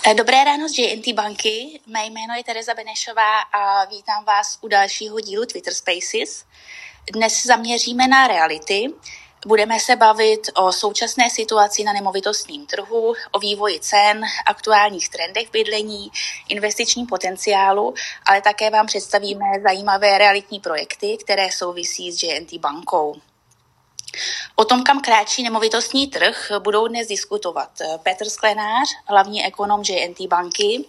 Dobré ráno z JNT banky, mé jméno je Tereza Benešová a vítám vás u dalšího dílu Twitter Spaces. Dnes zaměříme na reality. Budeme se bavit o současné situaci na nemovitostním trhu, o vývoji cen, aktuálních trendech bydlení, investičním potenciálu, ale také vám představíme zajímavé realitní projekty, které souvisí s JNT bankou. O tom, kam kráčí nemovitostní trh, budou dnes diskutovat Petr Sklenář, hlavní ekonom JNT banky,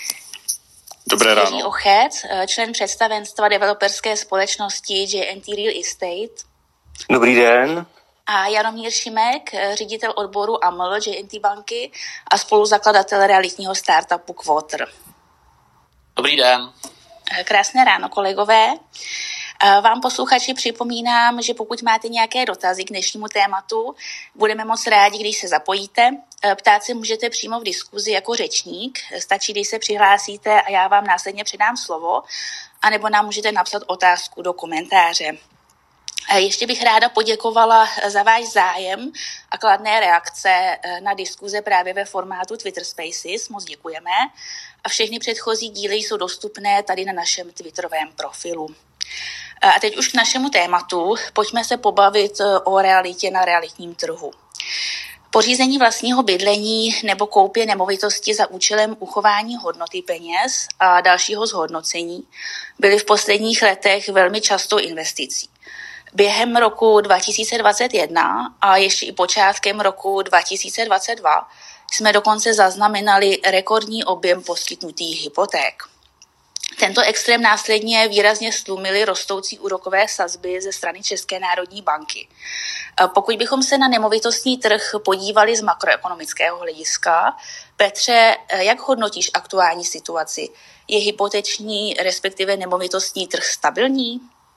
Dobré ráno. Jiří Ochec, člen představenstva developerské společnosti JNT Real Estate. Dobrý den. A Jaromír Šimek, ředitel odboru AML JNT banky a spoluzakladatel realitního startupu Quarter. Dobrý den. Krásné ráno, kolegové. Vám posluchači připomínám, že pokud máte nějaké dotazy k dnešnímu tématu, budeme moc rádi, když se zapojíte. Ptát se můžete přímo v diskuzi jako řečník, stačí, když se přihlásíte a já vám následně předám slovo, anebo nám můžete napsat otázku do komentáře. Ještě bych ráda poděkovala za váš zájem a kladné reakce na diskuze právě ve formátu Twitter Spaces. Moc děkujeme. A všechny předchozí díly jsou dostupné tady na našem twitterovém profilu. A teď už k našemu tématu. Pojďme se pobavit o realitě na realitním trhu. Pořízení vlastního bydlení nebo koupě nemovitosti za účelem uchování hodnoty peněz a dalšího zhodnocení byly v posledních letech velmi častou investicí. Během roku 2021 a ještě i počátkem roku 2022 jsme dokonce zaznamenali rekordní objem poskytnutých hypoték. Tento extrém následně výrazně stlumily rostoucí úrokové sazby ze strany České národní banky. Pokud bychom se na nemovitostní trh podívali z makroekonomického hlediska, Petře, jak hodnotíš aktuální situaci? Je hypoteční, respektive nemovitostní trh stabilní?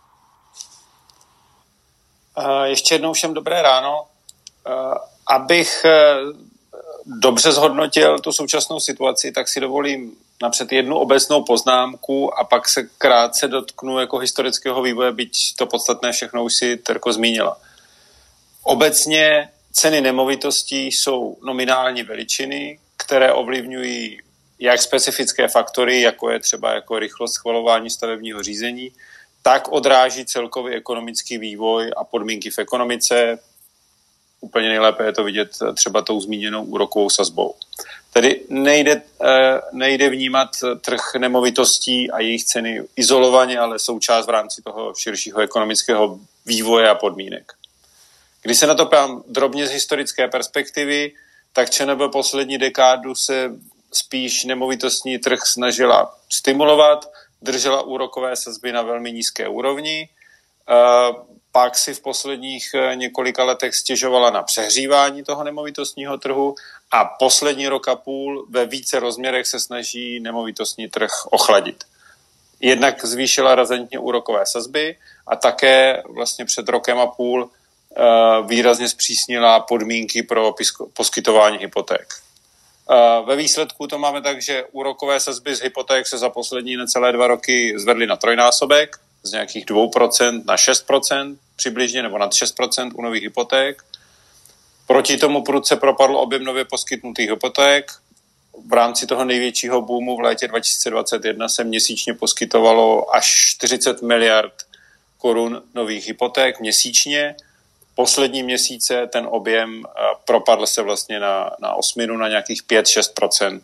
Ještě jednou všem dobré ráno. Abych dobře zhodnotil tu současnou situaci, tak si dovolím napřed jednu obecnou poznámku a pak se krátce dotknu jako historického vývoje, byť to podstatné všechno už si Terko zmínila. Obecně ceny nemovitostí jsou nominální veličiny, které ovlivňují jak specifické faktory, jako je třeba jako rychlost schvalování stavebního řízení, tak odráží celkový ekonomický vývoj a podmínky v ekonomice. Úplně nejlépe je to vidět třeba tou zmíněnou úrokovou sazbou. Tedy nejde vnímat trh nemovitostí a jejich ceny izolovaně, ale součást v rámci toho širšího ekonomického vývoje a podmínek. Když se na to ptám drobně z historické perspektivy, tak ČNB poslední dekádu se spíš nemovitostní trh snažila stimulovat, držela úrokové sazby na velmi nízké úrovni, pak si v posledních několika letech stěžovala na přehřívání toho nemovitostního trhu a poslední rok a půl ve více rozměrech se snaží nemovitostní trh ochladit. Jednak zvýšila razantně úrokové sazby a také vlastně před rokem a půl výrazně zpřísnila podmínky pro poskytování hypoték. Ve výsledku to máme tak, že úrokové sazby z hypoték se za poslední necelé 2 roky zvedly na trojnásobek, z nějakých 2% na 6% přibližně, nebo nad 6% u nových hypoték. Proti tomu prudce propadl objem nově poskytnutých hypoték. V rámci toho největšího boomu v létě 2021 se měsíčně poskytovalo až 40 miliard korun nových hypoték měsíčně. Poslední měsíce ten objem propadl se vlastně na osminu, na nějakých 5-6%.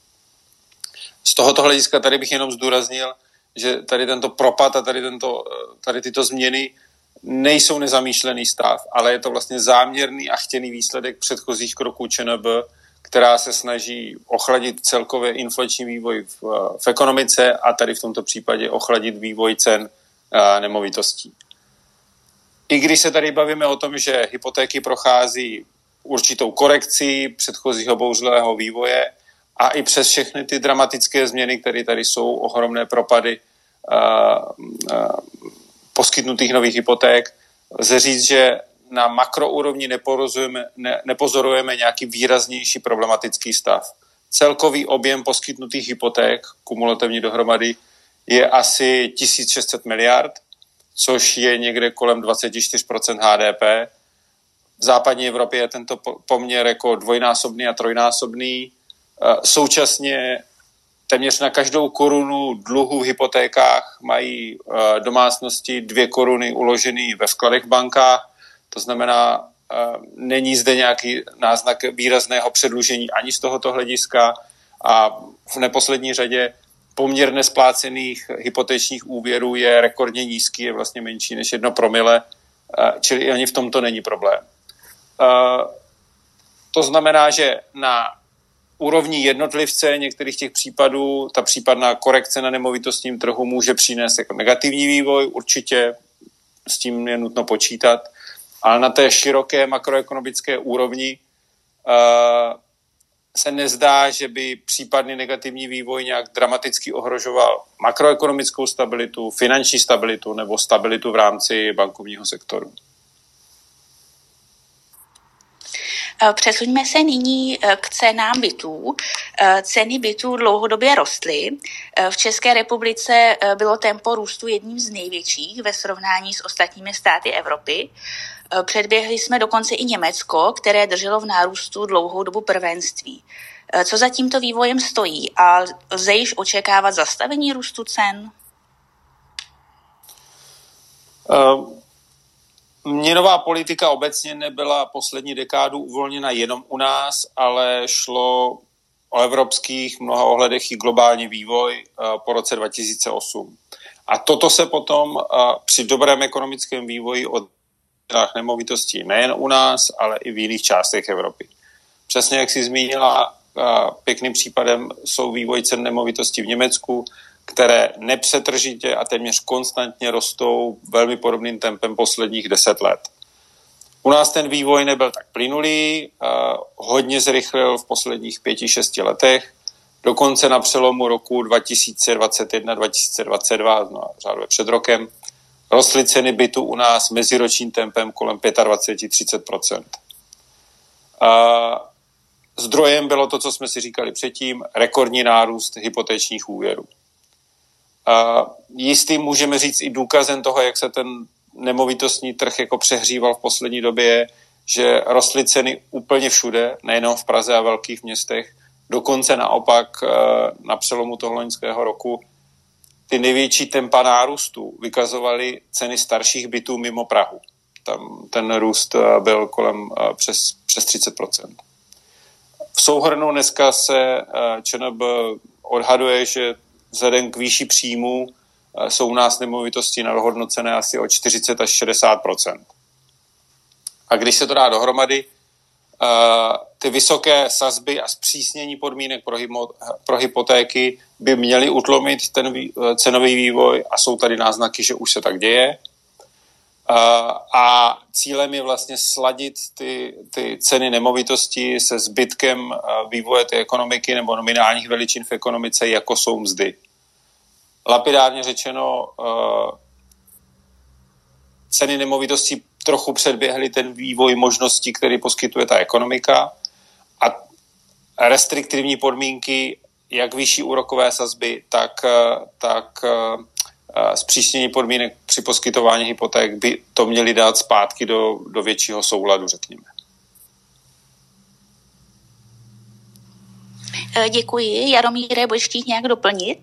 Z tohoto hlediska tady bych jenom zdůraznil, že tady tento propad a tady tyto změny nejsou nezamýšlený stav, ale je to vlastně záměrný a chtěný výsledek předchozích kroků ČNB, která se snaží ochladit celkově inflační vývoj v ekonomice a tady v tomto případě ochladit vývoj cen nemovitostí. I když se tady bavíme o tom, že hypotéky prochází určitou korekcí předchozího bouřlivého vývoje a i přes všechny ty dramatické změny, které tady jsou, ohromné propady poskytnutých nových hypoték, lze říct, že na makroúrovni nepozorujeme nějaký výraznější problematický stav. Celkový objem poskytnutých hypoték, kumulativně dohromady, je asi 1600 miliard, což je někde kolem 24% HDP. V západní Evropě je tento poměr jako dvojnásobný a trojnásobný. Současně téměř na každou korunu dluhu v hypotékách mají domácnosti 2 koruny uložený ve vkladech v bankách. To znamená, není zde nějaký náznak výrazného předlužení ani z tohoto hlediska a v neposlední řadě poměr nesplácených hypotečních úvěrů je rekordně nízký, je vlastně menší než 1 promile, čili ani v tomto není problém. To znamená, že na úrovni jednotlivce některých těch případů ta případná korekce na nemovitostním trhu může přinést jako negativní vývoj, určitě s tím je nutno počítat, ale na té široké makroekonomické úrovni se nezdá, že by případný negativní vývoj nějak dramaticky ohrožoval makroekonomickou stabilitu, finanční stabilitu nebo stabilitu v rámci bankovního sektoru. Přesuňme se nyní k cenám bytů. Ceny bytů dlouhodobě rostly. V České republice bylo tempo růstu jedním z největších ve srovnání s ostatními státy Evropy. Předběhli jsme dokonce i Německo, které drželo v nárůstu dlouhou dobu prvenství. Co za tímto vývojem stojí a lze již očekávat zastavení růstu cen? Měnová politika obecně nebyla poslední dekádu uvolněna jenom u nás, ale šlo o evropských, mnoha ohledech i globální vývoj po roce 2008. A toto se potom při dobrém ekonomickém vývoji od nemovitostí nejen u nás, ale i v jiných částech Evropy. Přesně jak jsi zmínila, pěkným případem jsou vývoj cen nemovitostí v Německu, které nepřetržitě a téměř konstantně rostou velmi podobným tempem posledních 10 let. U nás ten vývoj nebyl tak plynulý, hodně zrychlil v posledních 5-6 letech, dokonce na přelomu roku 2021-2022, no, řádově před rokem, rostly ceny bytu u nás meziročním tempem kolem 25-30%. Zdrojem bylo to, co jsme si říkali předtím, rekordní nárůst hypotečních úvěrů. Jistým můžeme říct i důkazem toho, jak se ten nemovitostní trh jako přehříval v poslední době, že rostly ceny úplně všude, nejenom v Praze a velkých městech, dokonce naopak na přelomu toho loňského roku ty největší tempa nárůstu vykazovaly ceny starších bytů mimo Prahu. Tam ten růst byl kolem přes 30%. V souhrnu dneska se ČNB odhaduje, že vzhledem k výši příjmů jsou u nás nemovitosti nadhodnocené asi o 40 až 60%. A když se to dá dohromady, ty vysoké sazby a zpřísnění podmínek pro hypotéky by měly utlumit ten cenový vývoj a jsou tady náznaky, že už se tak děje. A cílem je vlastně sladit ty ceny nemovitosti se zbytkem vývoje té ekonomiky nebo nominálních veličin v ekonomice, jako jsou mzdy. Lapidárně řečeno, ceny nemovitostí trochu předběhly ten vývoj možností, který poskytuje ta ekonomika, a restriktivní podmínky, jak vyšší úrokové sazby, tak zpřísnění podmínek při poskytování hypoték by to měli dát zpátky do většího souladu, řekněme. Děkuji. Jaromíre, budeš chtít nějak doplnit?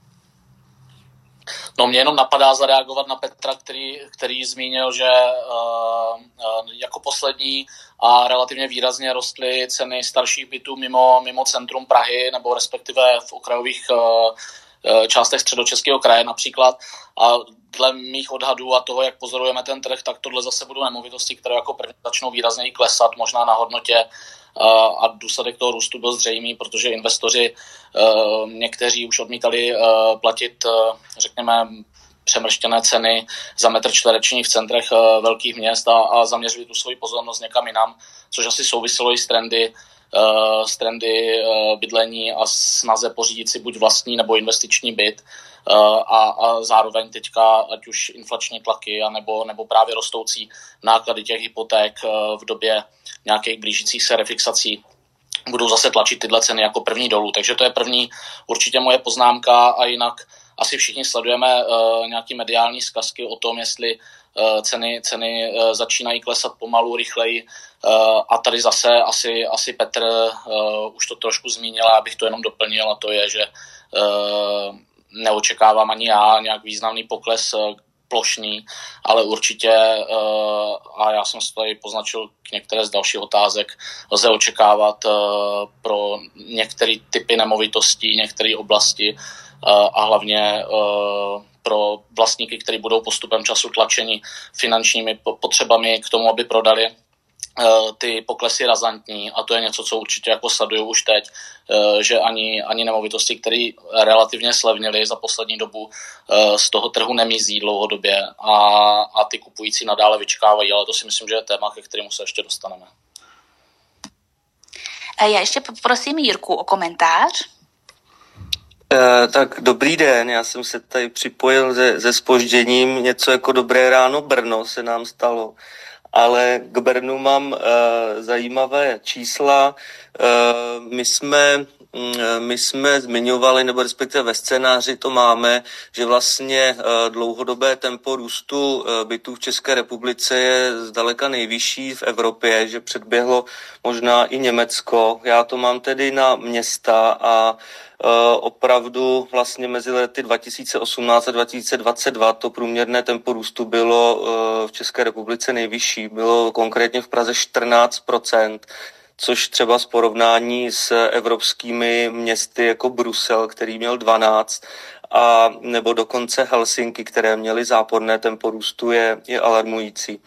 No, mě jenom napadá zareagovat na Petra, který zmínil, že jako poslední a relativně výrazně rostly ceny starších bytů mimo centrum Prahy, nebo respektive v okrajových částech Středočeského kraje například. A dle mých odhadů a toho, jak pozorujeme ten trh, tak tohle zase budou nemovitosti, které jako první začnou výrazněji klesat, možná na hodnotě, a důsledek toho růstu byl zřejmý, protože investoři někteří už odmítali platit, řekněme, přemrštěné ceny za metr čtvereční v centrech velkých měst a zaměřili tu svoji pozornost někam jinam, což asi souviselo i s trendy bydlení a snaze pořídit si buď vlastní nebo investiční byt, a zároveň teďka, ať už inflační tlaky, nebo právě rostoucí náklady těch hypoték v době nějakých blížících se refixací budou zase tlačit tyhle ceny jako první dolů. Takže to je první určitě moje poznámka, a jinak asi všichni sledujeme nějaký mediální zkazky o tom, jestli ceny začínají klesat pomalu, rychleji. A tady zase asi Petr už to trošku zmínil, abych to jenom doplnil, a to je, že neočekávám ani já nějak významný pokles plošný, ale určitě, a já jsem si tady poznačil některé z dalších otázek, lze očekávat pro některé typy nemovitostí, některé oblasti a hlavně pro vlastníky, kteří budou postupem času tlačeni finančními potřebami k tomu, aby prodali, ty poklesy razantní, a to je něco, co určitě jako sleduju už teď, že ani nemovitosti, které relativně slevnily za poslední dobu, z toho trhu nemizí dlouhodobě a ty kupující nadále vyčkávají, ale to si myslím, že je téma, ke kterému se ještě dostaneme. Já ještě poprosím Jirku o komentář. Tak dobrý den, já jsem se tady připojil se zpožděním, něco jako Dobré ráno Brno se nám stalo. Ale k Brnu mám zajímavé čísla. My jsme zmiňovali, nebo respektive ve scénáři to máme, že vlastně dlouhodobé tempo růstu bytů v České republice je zdaleka nejvyšší v Evropě, že předběhlo možná i Německo. Já to mám tedy na města a opravdu vlastně mezi lety 2018 a 2022 to průměrné tempo růstu bylo v České republice nejvyšší. Bylo konkrétně v Praze 14%, což třeba z porovnání s evropskými městy jako Brusel, který měl 12%, a nebo dokonce Helsinki, které měly záporné tempo růstu, je alarmující.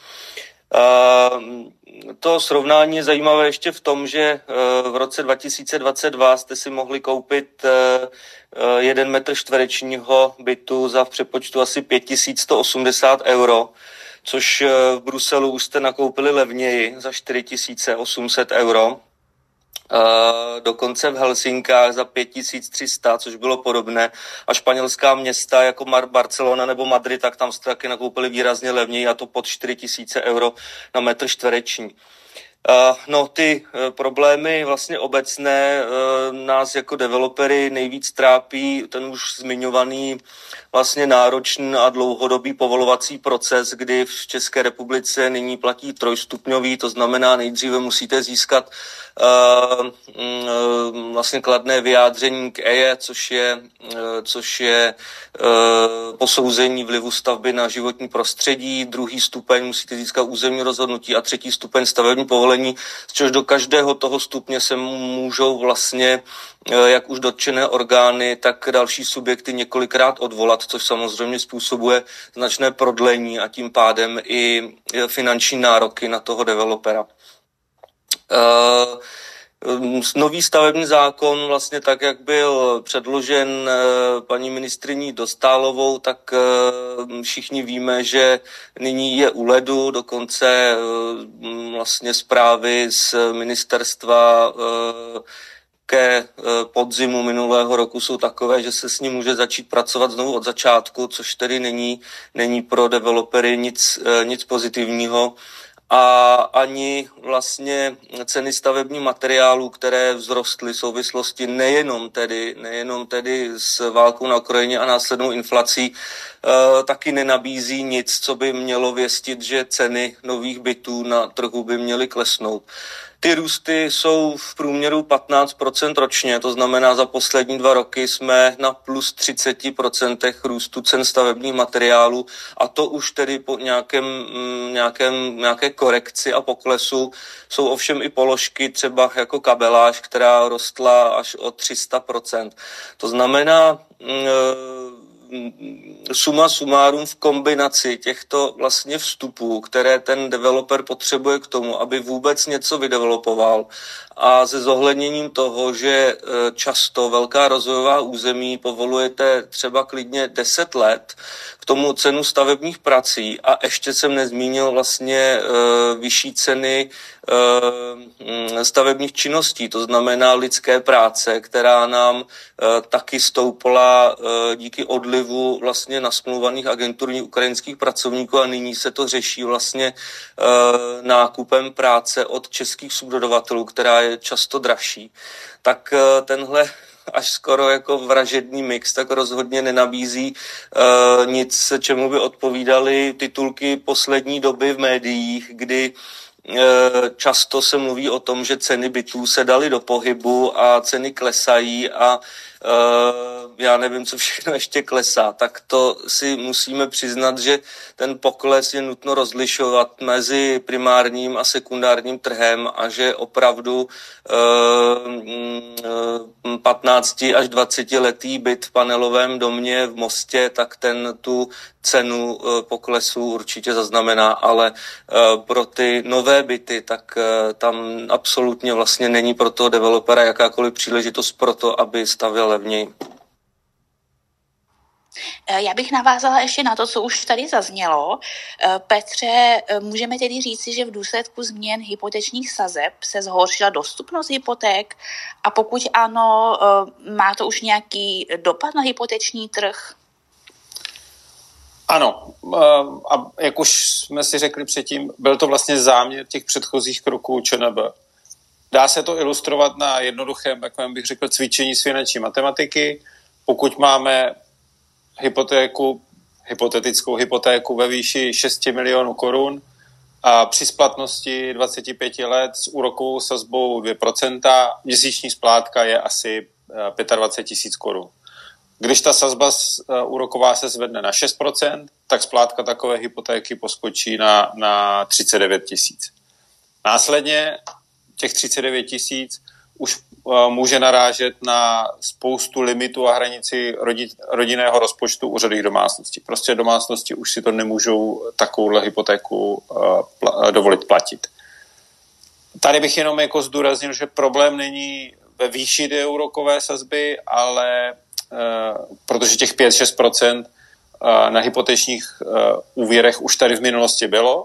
To srovnání je zajímavé ještě v tom, že v roce 2022 jste si mohli koupit 1 metr čtverečního bytu za v přepočtu asi 5180 €, což v Bruselu už jste nakoupili levněji za 4800 €. Dokonce v Helsinkách za 5300, což bylo podobné. A španělská města jako Barcelona nebo Madrid, tak tam jste taky nakoupili výrazně levněji, a to pod 4000 € na metr čtvereční. No, ty problémy vlastně obecné nás jako developery nejvíc trápí ten už zmiňovaný vlastně náročný a dlouhodobý povolovací proces, kdy v České republice nyní platí trojstupňový, to znamená nejdříve musíte získat vlastně kladné vyjádření k EIA, což je posouzení vlivu stavby na životní prostředí, druhý stupeň musíte získat územní rozhodnutí a třetí stupeň stavební povolení, z čehož do každého toho stupně se můžou vlastně jak už dotčené orgány, tak další subjekty několikrát odvolat, což samozřejmě způsobuje značné prodlení a tím pádem i finanční nároky na toho developera. Nový stavební zákon vlastně tak, jak byl předložen paní ministryní Dostálovou, tak všichni víme, že nyní je u ledu, dokonce vlastně zprávy z ministerstva ke podzimu minulého roku jsou takové, že se s ním může začít pracovat znovu od začátku, což tedy není pro developery nic pozitivního. A ani vlastně ceny stavebních materiálů, které vzrostly v souvislosti nejenom tedy s válkou na Ukrajině a následnou inflací, taky nenabízí nic, co by mělo věstit, že ceny nových bytů na trhu by měly klesnout. Ty růsty jsou v průměru 15% ročně, to znamená za poslední 2 roky jsme na plus 30% růstu cen stavebních materiálů, a to už tedy po nějaké korekci a poklesu. Jsou ovšem i položky třeba jako kabeláž, která rostla až o 300%. To znamená, suma sumárum v kombinaci těchto vlastně vstupů, které ten developer potřebuje k tomu, aby vůbec něco vydevelopoval, a se zohledněním toho, že často velká rozvojová území povolujete třeba klidně 10 let, k tomu cenu stavebních prací, a ještě jsem nezmínil vlastně vyšší ceny stavebních činností, to znamená lidské práce, která nám taky stoupla díky odlivu vlastně nasmluvaných agenturních ukrajinských pracovníků, a nyní se to řeší vlastně nákupem práce od českých subdodavatelů, která je často dražší. Tak tenhle, až skoro jako vražedný mix, tak rozhodně nenabízí nic, čemu by odpovídaly titulky poslední doby v médiích, kdy často se mluví o tom, že ceny bytů se daly do pohybu a ceny klesají a já nevím, co všechno ještě klesá. Tak to si musíme přiznat, že ten pokles je nutno rozlišovat mezi primárním a sekundárním trhem a že opravdu 15 až 20 letý byt v panelovém domě v Mostě, tak ten tu cenu poklesu určitě zaznamená, ale pro ty nové byty, tak tam absolutně vlastně není pro toho developera jakákoliv příležitost pro to, aby stavěl levněji. Já bych navázala ještě na to, co už tady zaznělo. Petře, můžeme tedy říci, že v důsledku změn hypotečních sazeb se zhoršila dostupnost hypoték a pokud ano, má to už nějaký dopad na hypoteční trh? Ano, a jak už jsme si řekli předtím, byl to vlastně záměr těch předchozích kroků ČNB. Dá se to ilustrovat na jednoduchém, takovém bych řekl, cvičení z finanční matematiky. Pokud máme hypotetickou hypotéku ve výši 6 milionů korun a při splatnosti 25 let s úrokovou sazbou 2%, měsíční splátka je asi 25 tisíc korun. Když ta sazba úroková se zvedne na 6%, tak splátka takové hypotéky poskočí na 39 tisíc. Následně těch 39 tisíc už může narážet na spoustu limitů a hranici rodinného rozpočtu u řadých domácností. Prostě domácnosti už si to nemůžou takovouhle hypotéku dovolit platit. Tady bych jenom jako zdůraznil, že problém není ve výši té úrokové sazby, ale protože těch 5-6% na hypotečních úvěrech už tady v minulosti bylo.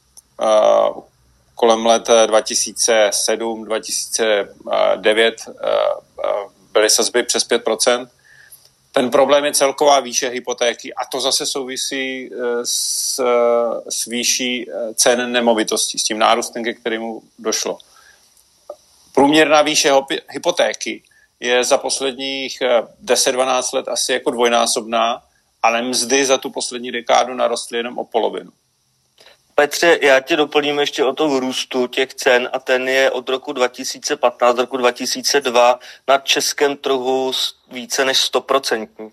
Kolem let 2007, 2009 byly sazby přes 5%. Ten problém je celková výše hypotéky a to zase souvisí s výší cen nemovitostí, s tím nárůstem, ke kterému došlo. Průměrná výše hypotéky je za posledních 10-12 let asi jako dvojnásobná, ale mzdy za tu poslední dekádu narostly jenom o polovinu. Petře, já tě doplním ještě o to růstu těch cen a ten je od roku 2015 do roku 2002 na českém trhu více než 100%.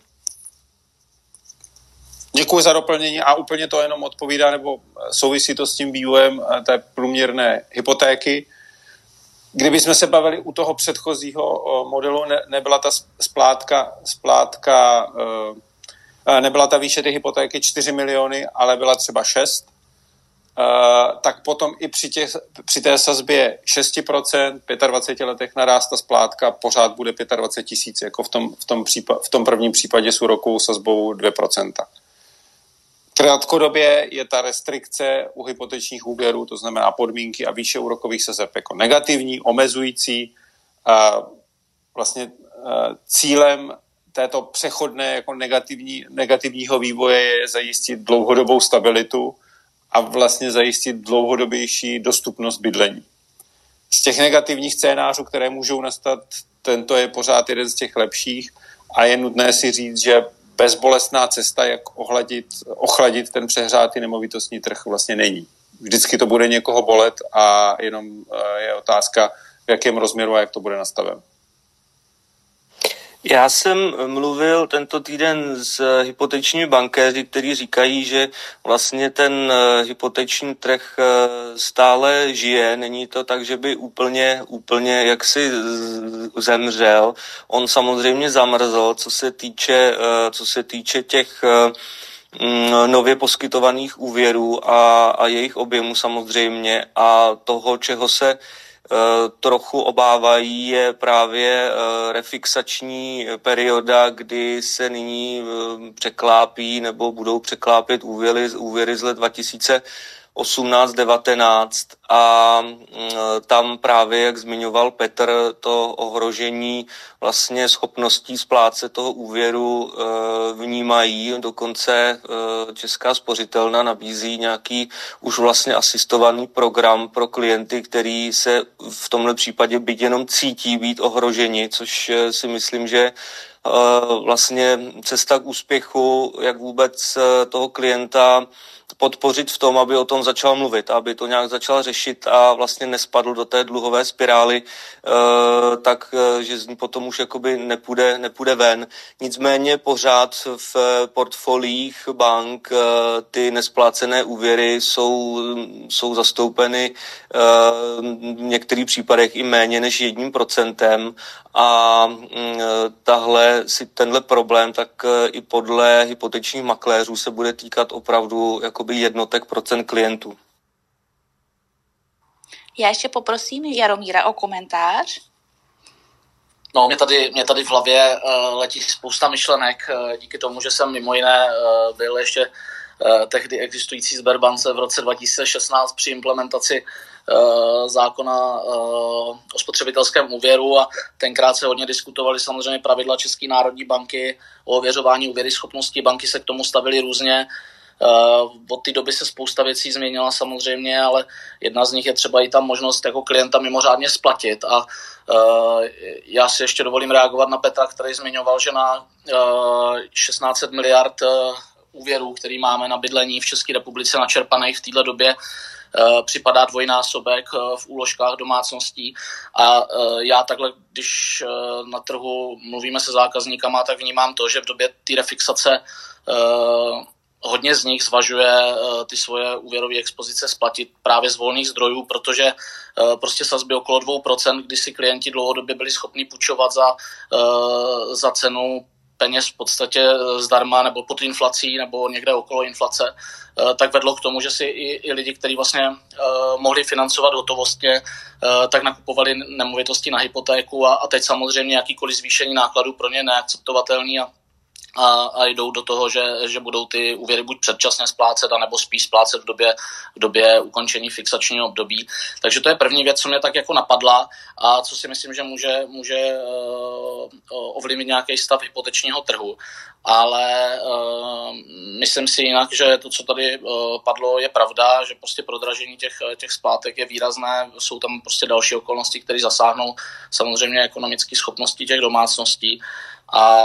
Děkuji za doplnění a úplně to jenom odpovídá nebo souvisí to s tím vývojem té průměrné hypotéky. Kdybychom se bavili u toho předchozího modelu, nebyla ta splátka nebyla ta výše té hypotéky 4 miliony, ale byla třeba 6, tak potom i při té sazbě 6%, 25 letech naráz ta splátka pořád bude 25 tisíc, jako v tom prvním případě s úrokovou sazbou 2%. Krátkodobě je ta restrikce u hypotečních úvěrů, to znamená podmínky a výše úrokových sazeb jako negativní, omezující. Vlastně cílem této přechodné jako negativního vývoje je zajistit dlouhodobou stabilitu a vlastně zajistit dlouhodobější dostupnost bydlení. Z těch negativních scénářů, které můžou nastat, tento je pořád jeden z těch lepších a je nutné si říct, že bezbolestná cesta, jak ochladit ten přehrátý nemovitostní trh vlastně není. Vždycky to bude někoho bolet a jenom je otázka, v jakém rozměru a jak to bude nastaveno. Já jsem mluvil tento týden s hypotečními bankéři, kteří říkají, že vlastně ten hypoteční trh stále žije. Není to tak, že by úplně jaksi zemřel. On samozřejmě zamrzl, co se týče těch nově poskytovaných úvěrů a jejich objemu samozřejmě a toho, čeho se trochu obávají, je právě refixační perioda, kdy se nyní překlápí nebo budou překlápět úvěry z let 2018 18-19 a tam právě, jak zmiňoval Petr, to ohrožení vlastně schopností splácet toho úvěru vnímají. Dokonce Česká spořitelna nabízí nějaký už vlastně asistovaný program pro klienty, který se v tomhle případě byť jenom cítí být ohroženi, což si myslím, že vlastně cesta k úspěchu, jak vůbec toho klienta podpořit v tom, aby o tom začal mluvit, aby to nějak začal řešit a vlastně nespadl do té dluhové spirály, tak, že z ní potom už jakoby nepůjde ven. Nicméně pořád v portfoliích bank ty nesplácené úvěry jsou zastoupeny v některých případech i méně než 1% a tenhle problém tak i podle hypotečních makléřů se bude týkat opravdu jakoby jednotek procent klientů. Já ještě poprosím Jaromíra o komentář. No, mě tady v hlavě letí spousta myšlenek, díky tomu, že jsem mimo jiné byl ještě tehdy existující Sberbance v roce 2016 při implementaci zákona o spotřebitelském úvěru a tenkrát se hodně diskutovali samozřejmě pravidla České národní banky o ověřování úvěryschopnosti. Banky se k tomu stavily různě. Od té doby se spousta věcí změnila samozřejmě, ale jedna z nich je třeba i ta možnost jako klienta mimořádně splatit a já si ještě dovolím reagovat na Petra, který zmiňoval, že na 1600 miliard úvěrů, který máme na bydlení v České republice načerpaných v této době, připadá dvojnásobek v úložkách domácností a já takhle, když na trhu mluvíme se zákazníkama, tak vnímám to, že v době té refixace hodně z nich zvažuje ty svoje úvěrové expozice splatit právě z volných zdrojů, protože prostě sazby okolo 2%, kdy si klienti dlouhodobě byli schopni půjčovat za cenu peněz v podstatě zdarma nebo pod inflací nebo někde okolo inflace, tak vedlo k tomu, že si i lidi, kteří vlastně mohli financovat hotovostně, tak nakupovali nemovitosti na hypotéku a teď samozřejmě jakýkoliv zvýšení nákladů pro ně neakceptovatelný a jdou do toho, že budou ty úvěry buď předčasně splácet, anebo spíš splácet v době ukončení fixačního období. Takže to je první věc, co mě tak jako napadla a co si myslím, že může ovlivnit nějaký stav hypotečního trhu. Ale myslím si jinak, že to, co tady padlo, je pravda, že prostě prodražení těch splátek je výrazné, jsou tam prostě další okolnosti, které zasáhnou samozřejmě ekonomické schopnosti těch domácností a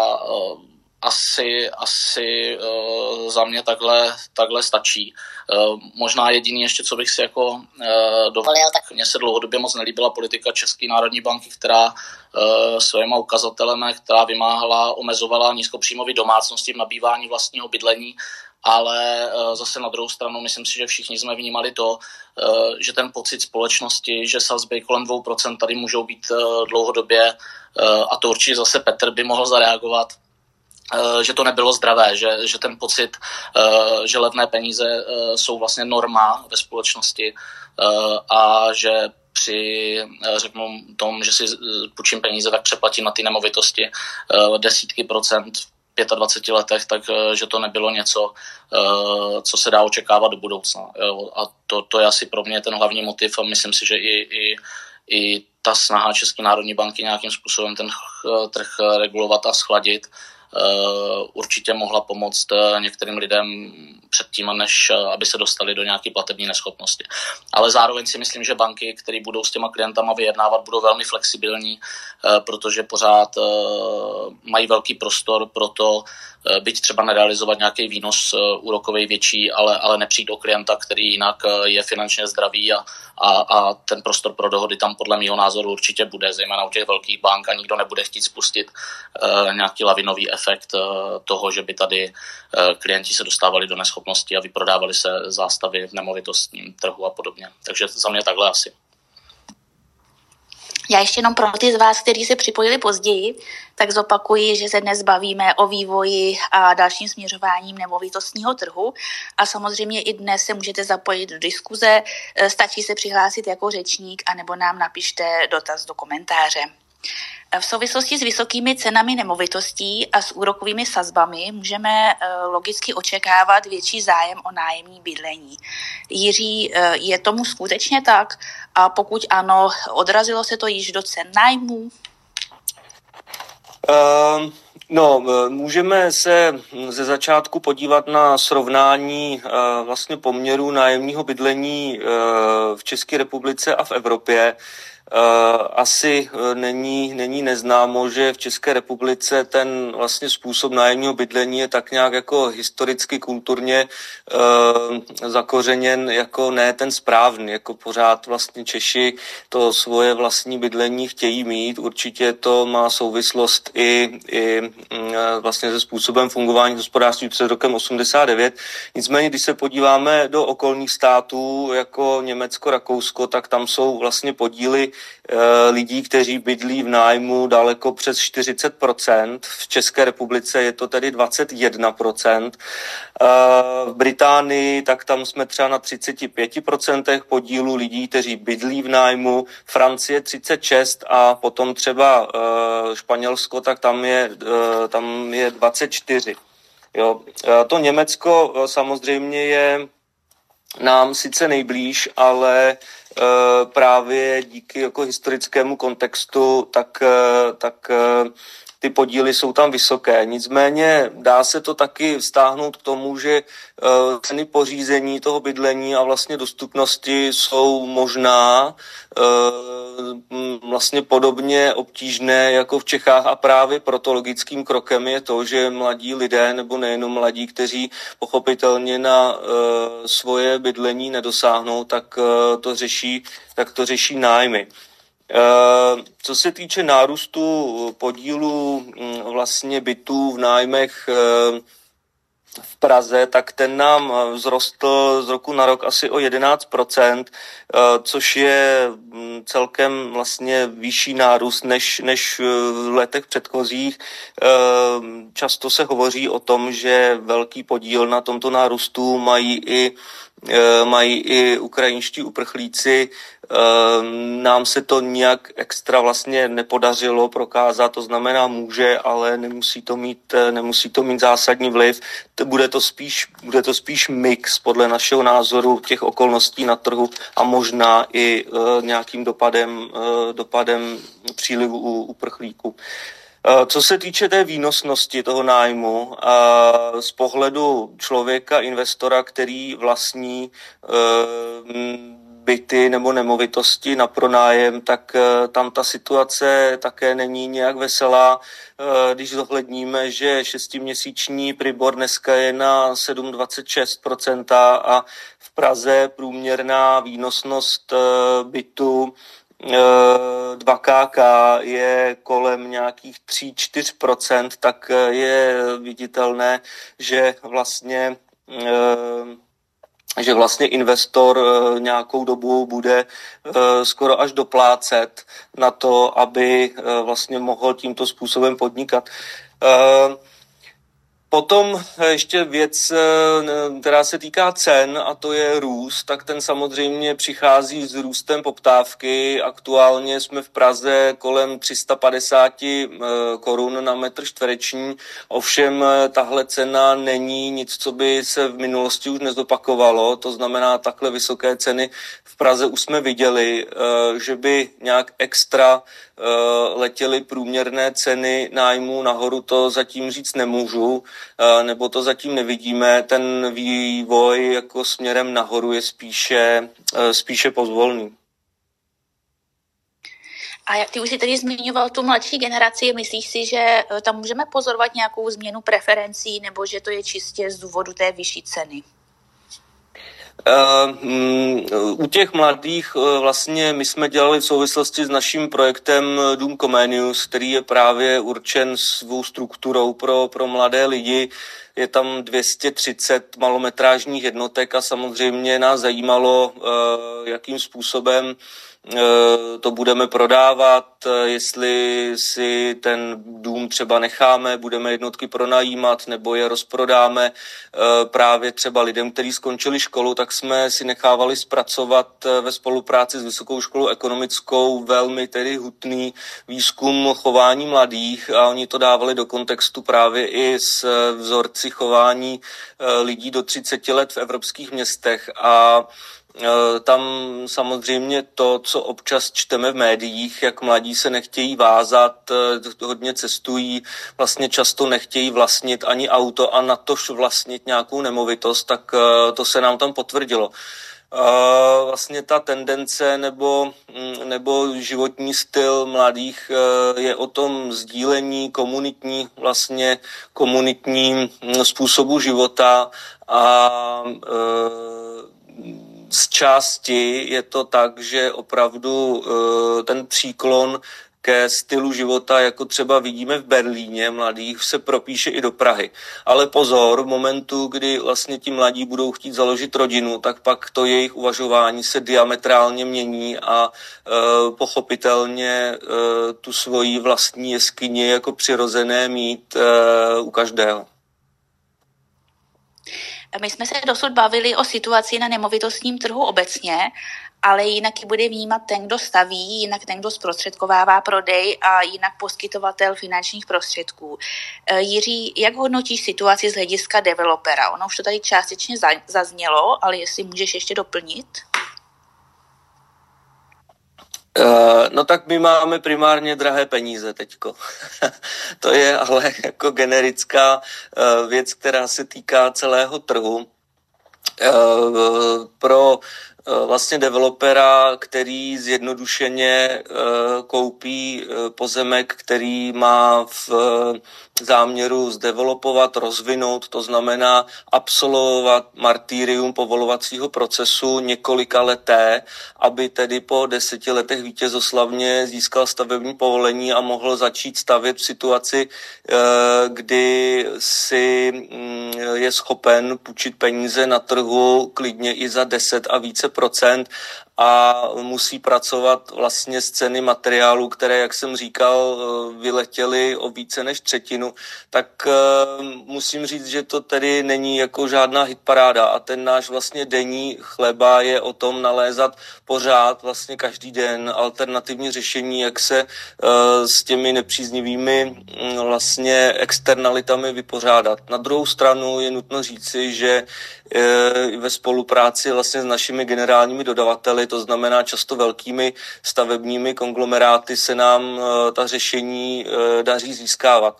asi za mě takhle stačí. Možná jediný ještě, co bych si jako dovolil, tak mně se dlouhodobě moc nelíbila politika České národní banky, která svýma ukazatelemi, která vymáhala, omezovala nízkopříjmové domácnosti v nabývání vlastního bydlení, ale zase na druhou stranu myslím si, že všichni jsme vnímali to, že ten pocit společnosti, že sazby kolem 2% tady můžou být dlouhodobě, a to určitě zase Petr by mohl zareagovat, že to nebylo zdravé, že ten pocit, že levné peníze jsou vlastně norma ve společnosti a že při, řeknu tom, že si půjčím peníze, tak přeplatím na ty nemovitosti desítky procent v 25 letech, takže to nebylo něco, co se dá očekávat do budoucna. A to je asi pro mě ten hlavní motiv a myslím si, že i ta snaha České národní banky nějakým způsobem ten trh regulovat a schladit určitě mohla pomoct některým lidem předtím, než aby se dostali do nějaké platební neschopnosti. Ale zároveň si myslím, že banky, které budou s těma klientama vyjednávat, budou velmi flexibilní, protože pořád mají velký prostor pro to, byť třeba nerealizovat nějaký výnos úrokový větší, ale nepřijít do klienta, který jinak je finančně zdravý a ten prostor pro dohody tam podle mého názoru určitě bude, zejména u těch velkých bank a nikdo nebude chtít spustit nějaký lavinový efekt toho, že by tady klienti se dostávali do neschopnosti a vyprodávali se zástavy v nemovitostním trhu a podobně. Takže za mě takhle asi. Já ještě jenom pro ty z vás, kteří se připojili později, tak zopakuji, že se dnes bavíme o vývoji a dalším směřováním nemovitostního trhu a samozřejmě i dnes se můžete zapojit do diskuze, stačí se přihlásit jako řečník anebo nám napište dotaz do komentáře. V souvislosti s vysokými cenami nemovitostí a s úrokovými sazbami můžeme logicky očekávat větší zájem o nájemní bydlení. Jiří, je tomu skutečně tak? A pokud ano, odrazilo se to již do cen nájmů? Můžeme se ze začátku podívat na srovnání vlastně poměru nájemního bydlení v České republice a v Evropě. Asi není neznámo, že v České republice ten vlastně způsob nájemního bydlení je tak nějak jako historicky, kulturně zakořeněn jako ne ten správný, jako pořád vlastně Češi to svoje vlastní bydlení chtějí mít. Určitě to má souvislost i vlastně se způsobem fungování hospodářství před rokem 89. Nicméně, když se podíváme do okolních států, jako Německo, Rakousko, tak tam jsou vlastně podíly lidí, kteří bydlí v nájmu daleko přes 40%. V České republice je to tedy 21%. V Británii, tak tam jsme třeba na 35% podílu lidí, kteří bydlí v nájmu. Francie 36% a potom třeba Španělsko, tak tam je 24%. Jo. To Německo samozřejmě je nám sice nejblíž, ale právě díky jako historickému kontextu, tak ty podíly jsou tam vysoké. Nicméně dá se to taky vztáhnout k tomu, že ceny pořízení toho bydlení a vlastně dostupnosti jsou možná vlastně podobně obtížné jako v Čechách a právě proto logickým krokem je to, že mladí lidé, nebo nejenom mladí, kteří pochopitelně na svoje bydlení nedosáhnou, tak to řeší nájmy. Co se týče nárůstu podílu vlastně bytů v nájmech v Praze, tak ten nám vzrostl z roku na rok asi o 11%, což je celkem vlastně vyšší nárůst než v letech předchozích. Často se hovoří o tom, že velký podíl na tomto nárůstu mají i ukrajinští uprchlíci. Nám se to nijak extra vlastně nepodařilo prokázat, to znamená může, ale nemusí to mít zásadní vliv. Bude to spíš mix podle našeho názoru těch okolností na trhu a možná i nějakým dopadem přílivu uprchlíků. Co se týče té výnosnosti toho nájmu, z pohledu člověka, investora, který vlastní byty nebo nemovitosti na pronájem, tak tam ta situace také není nějak veselá. Když zohledníme, že 6měsíční Pribor dneska je na 7,26% a v Praze průměrná výnosnost bytu 2KK je kolem nějakých 3-4%, tak je viditelné, že vlastně investor nějakou dobu bude skoro až doplácet na to, aby vlastně mohl tímto způsobem podnikat. Potom ještě věc, která se týká cen, a to je růst, tak ten samozřejmě přichází s růstem poptávky. Aktuálně jsme v Praze kolem 350 korun na metr čtvereční, ovšem tahle cena není nic, co by se v minulosti už nezopakovalo, to znamená takhle vysoké ceny v Praze už jsme viděli, že by nějak extra letěly průměrné ceny nájmu nahoru, to zatím říct nemůžu, nebo to zatím nevidíme. Ten vývoj jako směrem nahoru je spíše pozvolný. A ty už jsi tady zmiňoval tu mladší generaci, myslíš si, že tam můžeme pozorovat nějakou změnu preferencí, nebo že to je čistě z důvodu té vyšší ceny? U těch mladých vlastně my jsme dělali v souvislosti s naším projektem Dům Comenius, který je právě určen svou strukturou pro mladé lidi. Je tam 230 malometrážních jednotek a samozřejmě nás zajímalo, jakým způsobem to budeme prodávat, jestli si ten dům třeba necháme, budeme jednotky pronajímat nebo je rozprodáme. Právě třeba lidem, kteří skončili školu, tak jsme si nechávali zpracovat ve spolupráci s Vysokou školou ekonomickou velmi tedy hutný výzkum chování mladých a oni to dávali do kontextu právě i s vzorci chování lidí do 30 let v evropských městech a tam samozřejmě to, co občas čteme v médiích, jak mladí se nechtějí vázat, hodně cestují, vlastně často nechtějí vlastnit ani auto a natož vlastnit nějakou nemovitost, tak to se nám tam potvrdilo. Vlastně ta tendence nebo životní styl mladých je o tom sdílení komunitním způsobu života a z části je to tak, že opravdu ten příklon ke stylu života, jako třeba vidíme v Berlíně mladých, se propíše i do Prahy. Ale pozor, v momentu, kdy vlastně ti mladí budou chtít založit rodinu, tak pak to jejich uvažování se diametrálně mění a pochopitelně tu svoji vlastní jeskyni jako přirozené mít u každého. My jsme se dosud bavili o situaci na nemovitostním trhu obecně, ale jinak ji bude vnímat ten, kdo staví, jinak ten, kdo zprostředkovává prodej a jinak poskytovatel finančních prostředků. Jiří, jak hodnotíš situaci z hlediska developera? Ono už to tady částečně zaznělo, ale jestli můžeš ještě doplnit? No tak my máme primárně drahé peníze teďko. To je ale jako generická věc, která se týká celého trhu. Pro vlastně developera, který zjednodušeně koupí pozemek, který má v záměru zdevelopovat, rozvinout, to znamená absolvovat martyrium povolovacího procesu několika leté, aby tedy po 10 letech vítězoslavně získal stavební povolení a mohl začít stavět v situaci, kdy si je schopen půjčit peníze na trhu klidně i za 10 a více procent a musí pracovat vlastně s ceny materiálů, které, jak jsem říkal, vyletěly o více než třetinu, tak musím říct, že to tedy není jako žádná hitparáda a ten náš vlastně denní chleba je o tom nalézat pořád vlastně každý den alternativní řešení, jak se s těmi nepříznivými vlastně externalitami vypořádat. Na druhou stranu je nutno říci, že ve spolupráci vlastně s našimi generálními dodavateli, to znamená často velkými stavebními konglomeráty, se nám ta řešení daří získávat.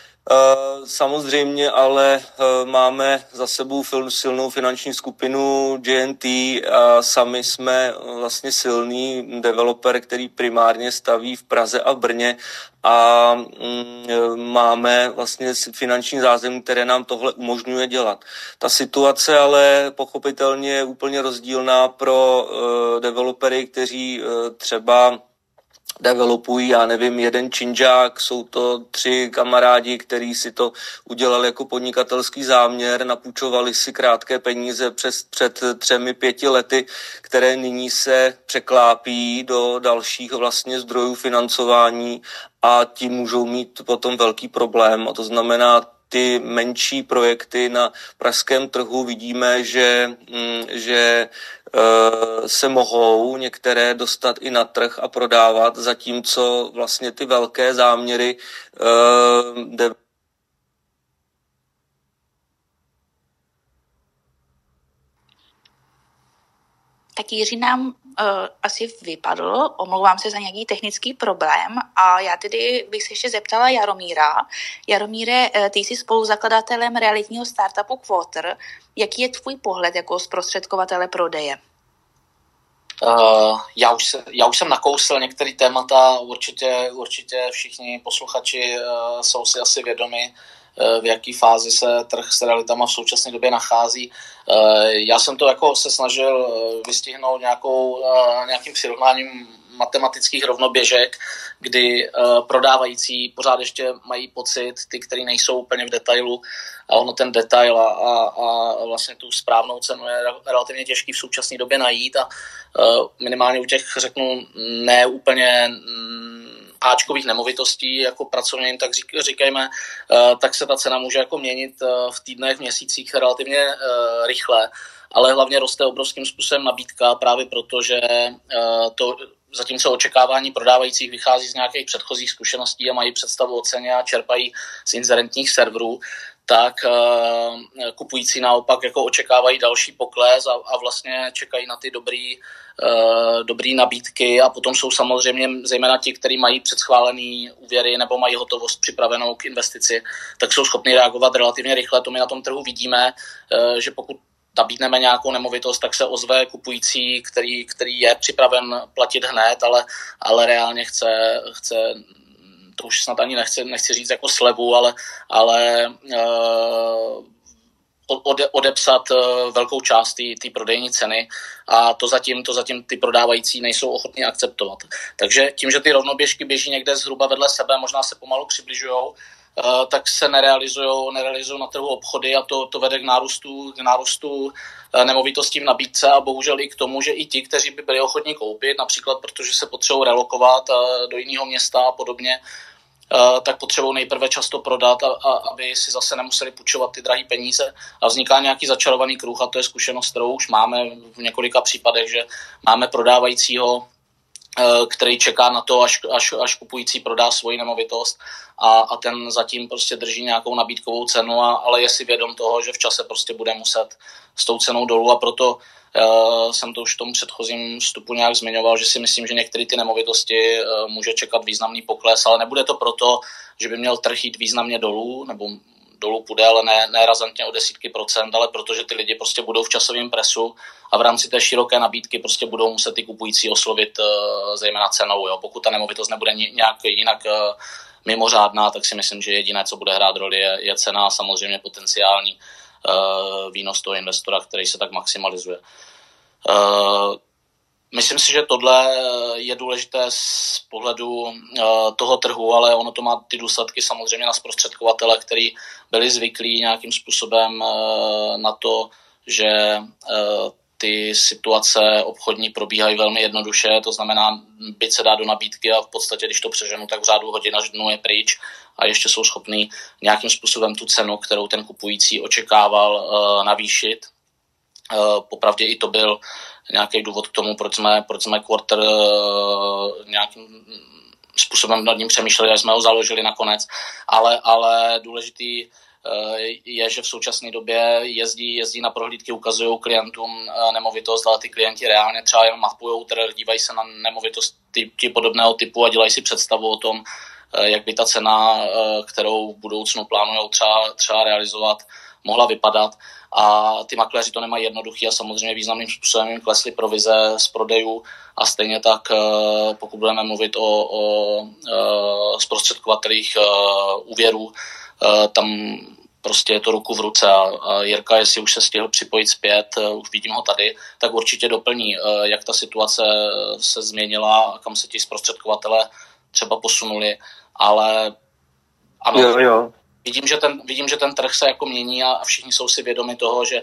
Samozřejmě ale máme za sebou silnou finanční skupinu GNT a sami jsme vlastně silný developer, který primárně staví v Praze a v Brně a máme vlastně finanční zázemí, které nám tohle umožňuje dělat. Ta situace ale pochopitelně je úplně rozdílná pro developery, kteří třeba developují, já nevím, jeden činžák, jsou to 3 kamarádi, kteří si to udělali jako podnikatelský záměr, napůjčovali si krátké peníze před 3-5 lety, které nyní se překlápí do dalších vlastně zdrojů financování a ti můžou mít potom velký problém. A to znamená, ty menší projekty na pražském trhu vidíme, že se mohou některé dostat i na trh a prodávat, zatímco vlastně ty velké záměry Tak Jiří nám asi vypadl, omlouvám se za nějaký technický problém a já tedy bych se ještě zeptala Jaromíra. Jaromíre, ty jsi spoluzakladatelem realitního startupu Quarter. Jaký je tvůj pohled jako zprostředkovatele prodeje? Já už jsem nakousl některé témata, určitě všichni posluchači jsou si asi vědomi, v jaký fázi se trh s realitama v současné době nachází. Já jsem to jako se snažil vystihnout nějakým přirovnáním matematických rovnoběžek, kdy prodávající pořád ještě mají pocit, ty, který nejsou úplně v detailu, a ono ten detail a vlastně tu správnou cenu je relativně těžký v současné době najít a minimálně u těch, řeknu, ne úplně áčkových nemovitostí, jako pracovním, tak říkejme, tak se ta cena může jako měnit v týdnech, v měsících relativně rychle, ale hlavně roste obrovským způsobem nabídka právě proto, že to zatímco očekávání prodávajících vychází z nějakých předchozích zkušeností a mají představu o ceně a čerpají z inzerentních serverů, tak kupující naopak jako očekávají další pokles a vlastně čekají na ty dobrý nabídky a potom jsou samozřejmě zejména ti, kteří mají předschválený úvěry nebo mají hotovost připravenou k investici, tak jsou schopni reagovat relativně rychle. To my na tom trhu vidíme, že pokud nabídneme nějakou nemovitost, tak se ozve kupující, který je připraven platit hned, ale reálně chce to už snad ani nechci říct jako slevu, ale odepsat velkou část té prodejní ceny a to zatím ty prodávající nejsou ochotní akceptovat. Takže tím, že ty rovnoběžky běží někde zhruba vedle sebe, možná se pomalu přibližujou, tak se nerealizují na trhu obchody a to vede k nárůstu nemovitostí v nabídce a bohužel i k tomu, že i ti, kteří by byli ochotní koupit, například protože se potřebují relokovat do jiného města a podobně, tak potřebují nejprve často prodat, aby si zase nemuseli půjčovat ty drahé peníze a vzniká nějaký začarovaný kruh a to je zkušenost, kterou už máme v několika případech, že máme prodávajícího, který čeká na to, až kupující prodá svoji nemovitost a ten zatím prostě drží nějakou nabídkovou cenu, ale je si vědom toho, že v čase prostě bude muset s tou cenou dolů a proto jsem to už v tom předchozím vstupu nějak zmiňoval, že si myslím, že některé ty nemovitosti může čekat významný pokles, ale nebude to proto, že by měl trh jít významně dolů, nebo dolů půjde, ale ne razantně o desítky procent, ale protože ty lidi prostě budou v časovém presu a v rámci té široké nabídky prostě budou muset ty kupující oslovit zejména cenou. Jo. Pokud ta nemovitost nebude nějak jinak mimořádná, tak si myslím, že jediné, co bude hrát roli, je cena a samozřejmě potenciální výnos toho investora, který se tak maximalizuje. Myslím si, že tohle je důležité z pohledu toho trhu, ale ono to má ty důsledky samozřejmě na zprostředkovatele, kteří byli zvyklí nějakým způsobem na to, že ty situace obchodní probíhají velmi jednoduše, to znamená, byt se dá do nabídky a v podstatě, když to přeženu, tak v řádu hodin až dnů je pryč a ještě jsou schopní nějakým způsobem tu cenu, kterou ten kupující očekával, navýšit. Popravdě i to byl nějaký důvod k tomu, proč jsme Quarter nějakým způsobem nad ním přemýšleli, až jsme ho založili nakonec, ale důležitý je, že v současné době jezdí na prohlídky, ukazují klientům nemovitost, ale ty klienti reálně třeba jenom mapují trh, dívají se na nemovitosti podobného typu a dělají si představu o tom, jak by ta cena, kterou v budoucnu plánujou třeba realizovat, mohla vypadat. A ty makléři to nemají jednoduchý a samozřejmě významným způsobem jim klesly provize z prodejů a stejně tak, pokud budeme mluvit o zprostředkovatelích úvěrů, tam prostě je to ruku v ruce a Jirka, jestli už se stihl připojit zpět, už vidím ho tady, tak určitě doplní, jak ta situace se změnila a kam se ti zprostředkovatele třeba posunuli, ale ano, jo. Vidím, že ten trh se jako mění a všichni jsou si vědomi toho, že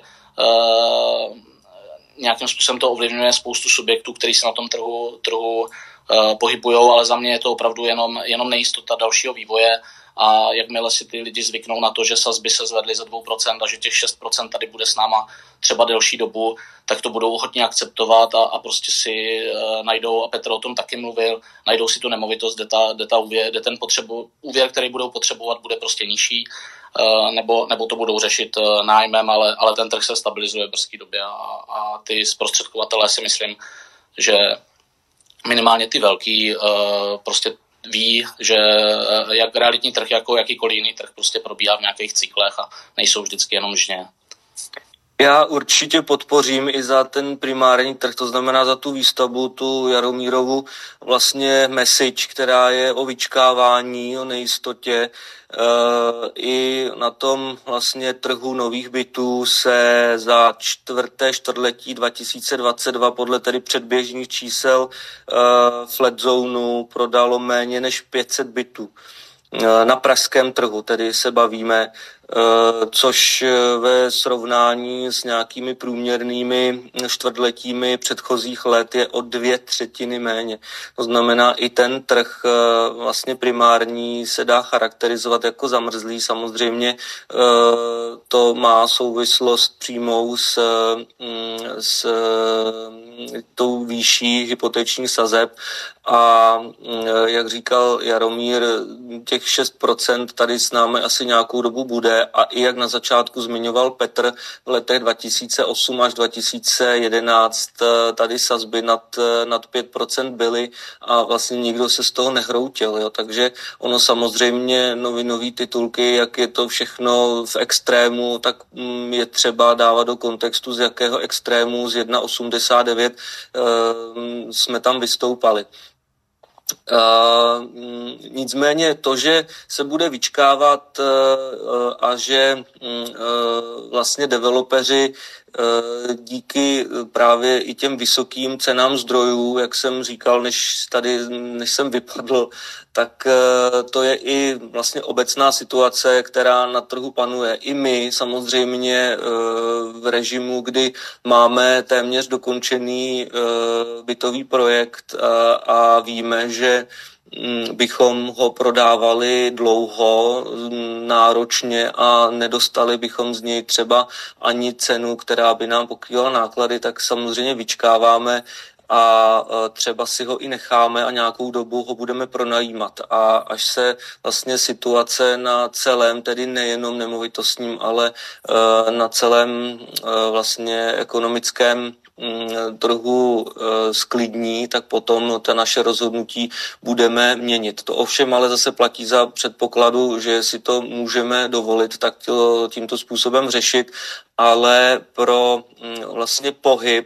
nějakým způsobem to ovlivňuje spoustu subjektů, který se na tom trhu pohybujou, ale za mě je to opravdu jenom nejistota dalšího vývoje a jakmile si ty lidi zvyknou na to, že sazby se zvedly ze 2% a že těch 6% tady bude s náma třeba delší dobu, tak to budou ochotně akceptovat a prostě si najdou, a Petr o tom taky mluvil, najdou si tu nemovitost, kde ten úvěr, který budou potřebovat, bude prostě nižší, nebo to budou řešit nájmem, ale ten trh se stabilizuje v brzké době a ty zprostředkovatelé si myslím, že minimálně ty velký prostě ví, že jak realitní trh, jako jakýkoliv jiný trh prostě probíhá v nějakých cyklech a nejsou vždycky jenom žně. Já určitě podpořím i za ten primární trh, to znamená za tu výstavbu, tu Jaromírovu vlastně message, která je o vyčkávání, o nejistotě. I na tom vlastně trhu nových bytů se za čtvrtletí 2022 podle tedy předběžných čísel flat zónu prodalo méně než 500 bytů. Na pražském trhu tedy se bavíme, což ve srovnání s nějakými průměrnými čtvrtletími předchozích let je o 2/3 méně. To znamená, i ten trh vlastně primární se dá charakterizovat jako zamrzlý. Samozřejmě to má souvislost přímou s tou výší hypotečních sazeb a jak říkal Jaromír, těch 6% tady s námi asi nějakou dobu bude a i jak na začátku zmiňoval Petr, v letech 2008 až 2011 tady sazby nad 5% byly a vlastně nikdo se z toho nehroutil. Jo? Takže ono samozřejmě novinové titulky, jak je to všechno v extrému, tak je třeba dávat do kontextu, z jakého extrému z 1,89 jsme tam vystoupali. Nicméně to, že se bude vyčkávat a že vlastně developeři díky právě i těm vysokým cenám zdrojů, jak jsem říkal, než jsem vypadl, tak to je i vlastně obecná situace, která na trhu panuje. I my samozřejmě v režimu, kdy máme téměř dokončený bytový projekt a víme, že bychom ho prodávali dlouho, náročně a nedostali bychom z něj třeba ani cenu, která by nám pokrývala náklady, tak samozřejmě vyčkáváme a třeba si ho i necháme a nějakou dobu ho budeme pronajímat. A až se vlastně situace na celém, tedy nejenom nemovitostním, ale na celém vlastně ekonomickém trhu sklidní, tak potom ta naše rozhodnutí budeme měnit. To ovšem ale zase platí za předpokladu, že si to můžeme dovolit tak tímto způsobem řešit, ale pro vlastně pohyb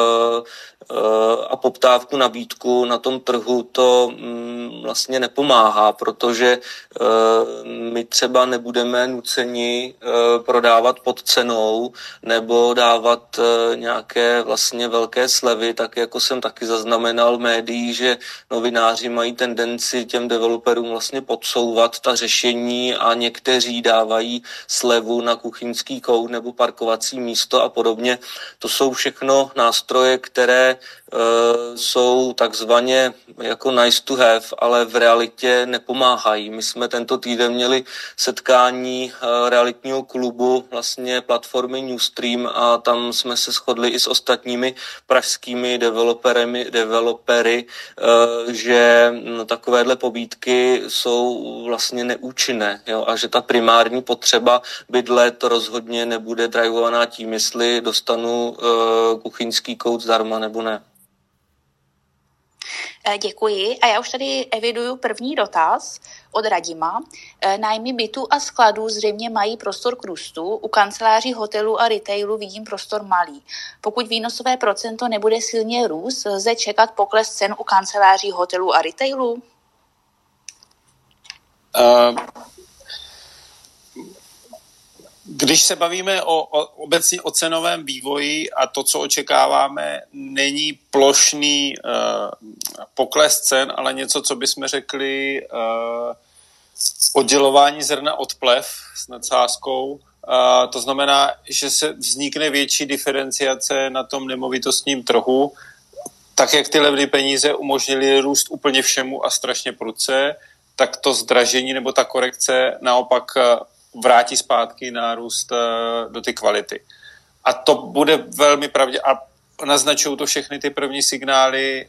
a poptávku, nabídku na tom trhu to vlastně nepomáhá, protože my třeba nebudeme nuceni prodávat pod cenou nebo dávat nějaké vlastně velké slevy, tak jako jsem taky zaznamenal v médiích, že novináři mají tendenci těm developerům vlastně podsouvat ta řešení a někteří dávají slevu na kuchyňský kout nebo parkovací místo a podobně. To jsou všechno nástroje, které jsou takzvaně jako nice to have, ale v realitě nepomáhají. My jsme tento týden měli setkání realitního klubu, vlastně platformy Newstream a tam jsme se shodli i s ostatními pražskými developery, že takovéhle pobídky jsou vlastně neúčinné, jo, a že ta primární potřeba bydlet rozhodně nebude drivovaná tím, jestli dostanu kuchyňský kout zdarma nebo ne. Děkuji. A já už tady eviduju první dotaz od Radima. Nájmy bytů a skladů zřejmě mají prostor k růstu. U kanceláří, hotelů a retailu vidím prostor malý. Pokud výnosové procento nebude silně růst, lze čekat pokles cen u kanceláří, hotelů a retailu? Když se bavíme obecně o cenovém vývoji a to, co očekáváme, není plošný pokles cen, ale něco, co bychom řekli oddělování zrna od plev s nadsázkou. To znamená, že se vznikne větší diferenciace na tom nemovitostním trhu, tak jak ty levné peníze umožnily růst úplně všemu a strašně prudce, tak to zdražení nebo ta korekce naopak vrátí zpátky nárůst do ty kvality. A to bude velmi pravděpodobně, a naznačují to všechny ty první signály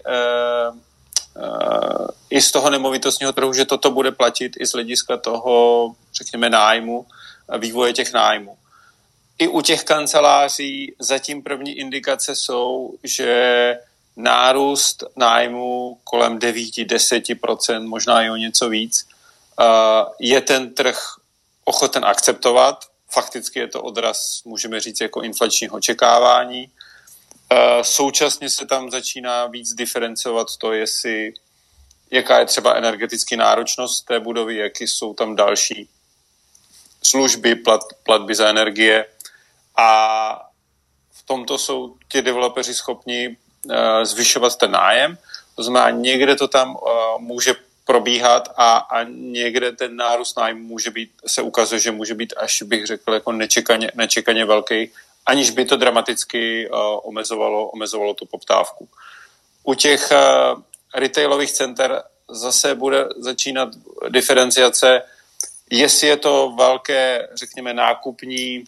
i z toho nemovitostního trhu, že toto bude platit i z hlediska toho, řekněme, nájmu, vývoje těch nájmů. I u těch kanceláří zatím první indikace jsou, že nárůst nájmu kolem 9-10%, možná i o něco víc, je ten trh ochoten akceptovat fakticky je to odraz, můžeme říct, jako inflačního očekávání. Současně se tam začíná víc diferencovat to, jaká je třeba energetický náročnost té budovy, jaký jsou tam další služby, platby za energie. A v tomto jsou ti developeři schopni zvyšovat ten nájem. To znamená, někde to tam může probíhat a někde ten nárůst nájmu se ukazuje, že může být až, bych řekl, jako nečekaně velký, aniž by to dramaticky omezovalo tu poptávku. U těch retailových center zase bude začínat diferenciace, jestli je to velké, řekněme, nákupní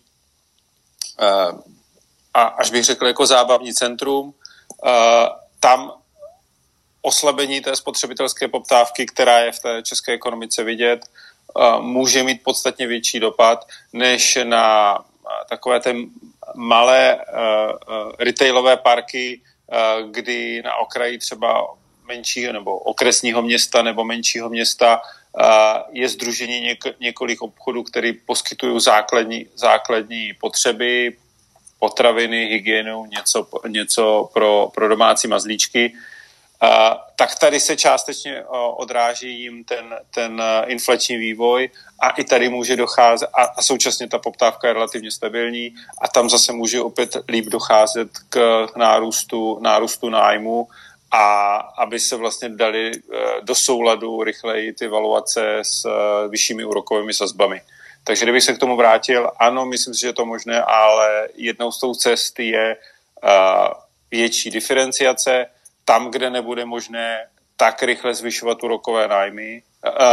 a až bych řekl jako zábavní centrum, tam oslabení té spotřebitelské poptávky, která je v té české ekonomice vidět, může mít podstatně větší dopad než na takové ty malé retailové parky, kdy na okraji třeba menšího nebo okresního města nebo menšího města je sdružení několik obchodů, které poskytují základní potřeby, potraviny, hygienu, něco pro domácí mazlíčky, tak tady se částečně odráží jim ten inflační vývoj a i tady může docházet, a současně ta poptávka je relativně stabilní a tam zase může opět líp docházet k nárůstu nájmu a aby se vlastně dali do souladu rychleji ty valuace s vyššími úrokovými sazbami. Takže kdybych se k tomu vrátil, ano, myslím si, že je to možné, ale jednou z tou cest je větší diferenciace. Tam, kde nebude možné tak rychle zvyšovat úrokové nájmy,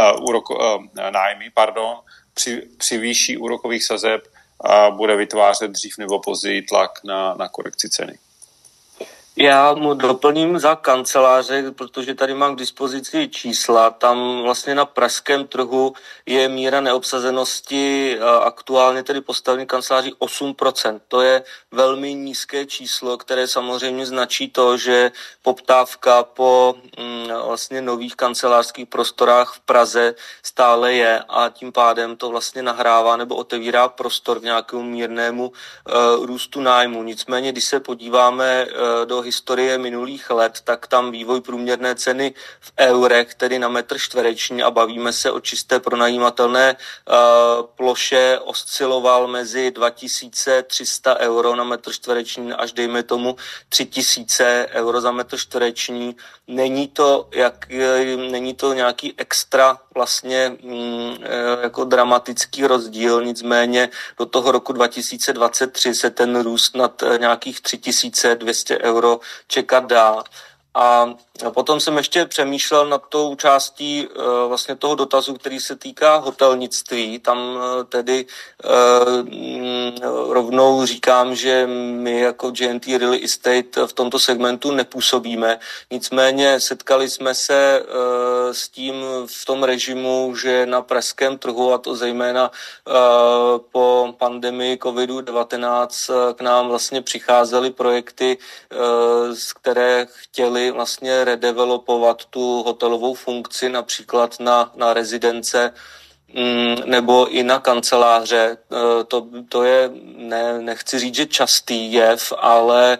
při výši úrokových sazeb bude vytvářet dřív nebo později tlak na korekci ceny. Já mu doplním za kanceláře, protože tady mám k dispozici čísla. Tam vlastně na pražském trhu je míra neobsazenosti aktuálně tedy postavených kanceláří 8%. To je velmi nízké číslo, které samozřejmě značí to, že poptávka po vlastně nových kancelářských prostorách v Praze stále je a tím pádem to vlastně nahrává nebo otevírá prostor k nějakému mírnému růstu nájmu. Nicméně, když se podíváme do historie minulých let, tak tam vývoj průměrné ceny v eurech, tedy na metr čtvereční, a bavíme se o čisté pronajímatelné ploše, osciloval mezi 2300 euro na metr čtvereční až dejme tomu 3000 euro za metr čtvereční. Není to nějaký extra vlastně jako dramatický rozdíl, nicméně do toho roku 2023 se ten růst nad nějakých 3200 euro čekat dá. A potom jsem ještě přemýšlel nad tou částí vlastně toho dotazu, který se týká hotelnictví. Tam tedy rovnou říkám, že my jako JNT Real Estate v tomto segmentu nepůsobíme. Nicméně setkali jsme se s tím v tom režimu, že na pražském trhu, a to zejména po pandemii COVID-19, k nám vlastně přicházely projekty, které chtěli vlastně redevelopovat tu hotelovou funkci například na rezidence nebo i na kanceláře. To je, nechci říct, že častý jev, ale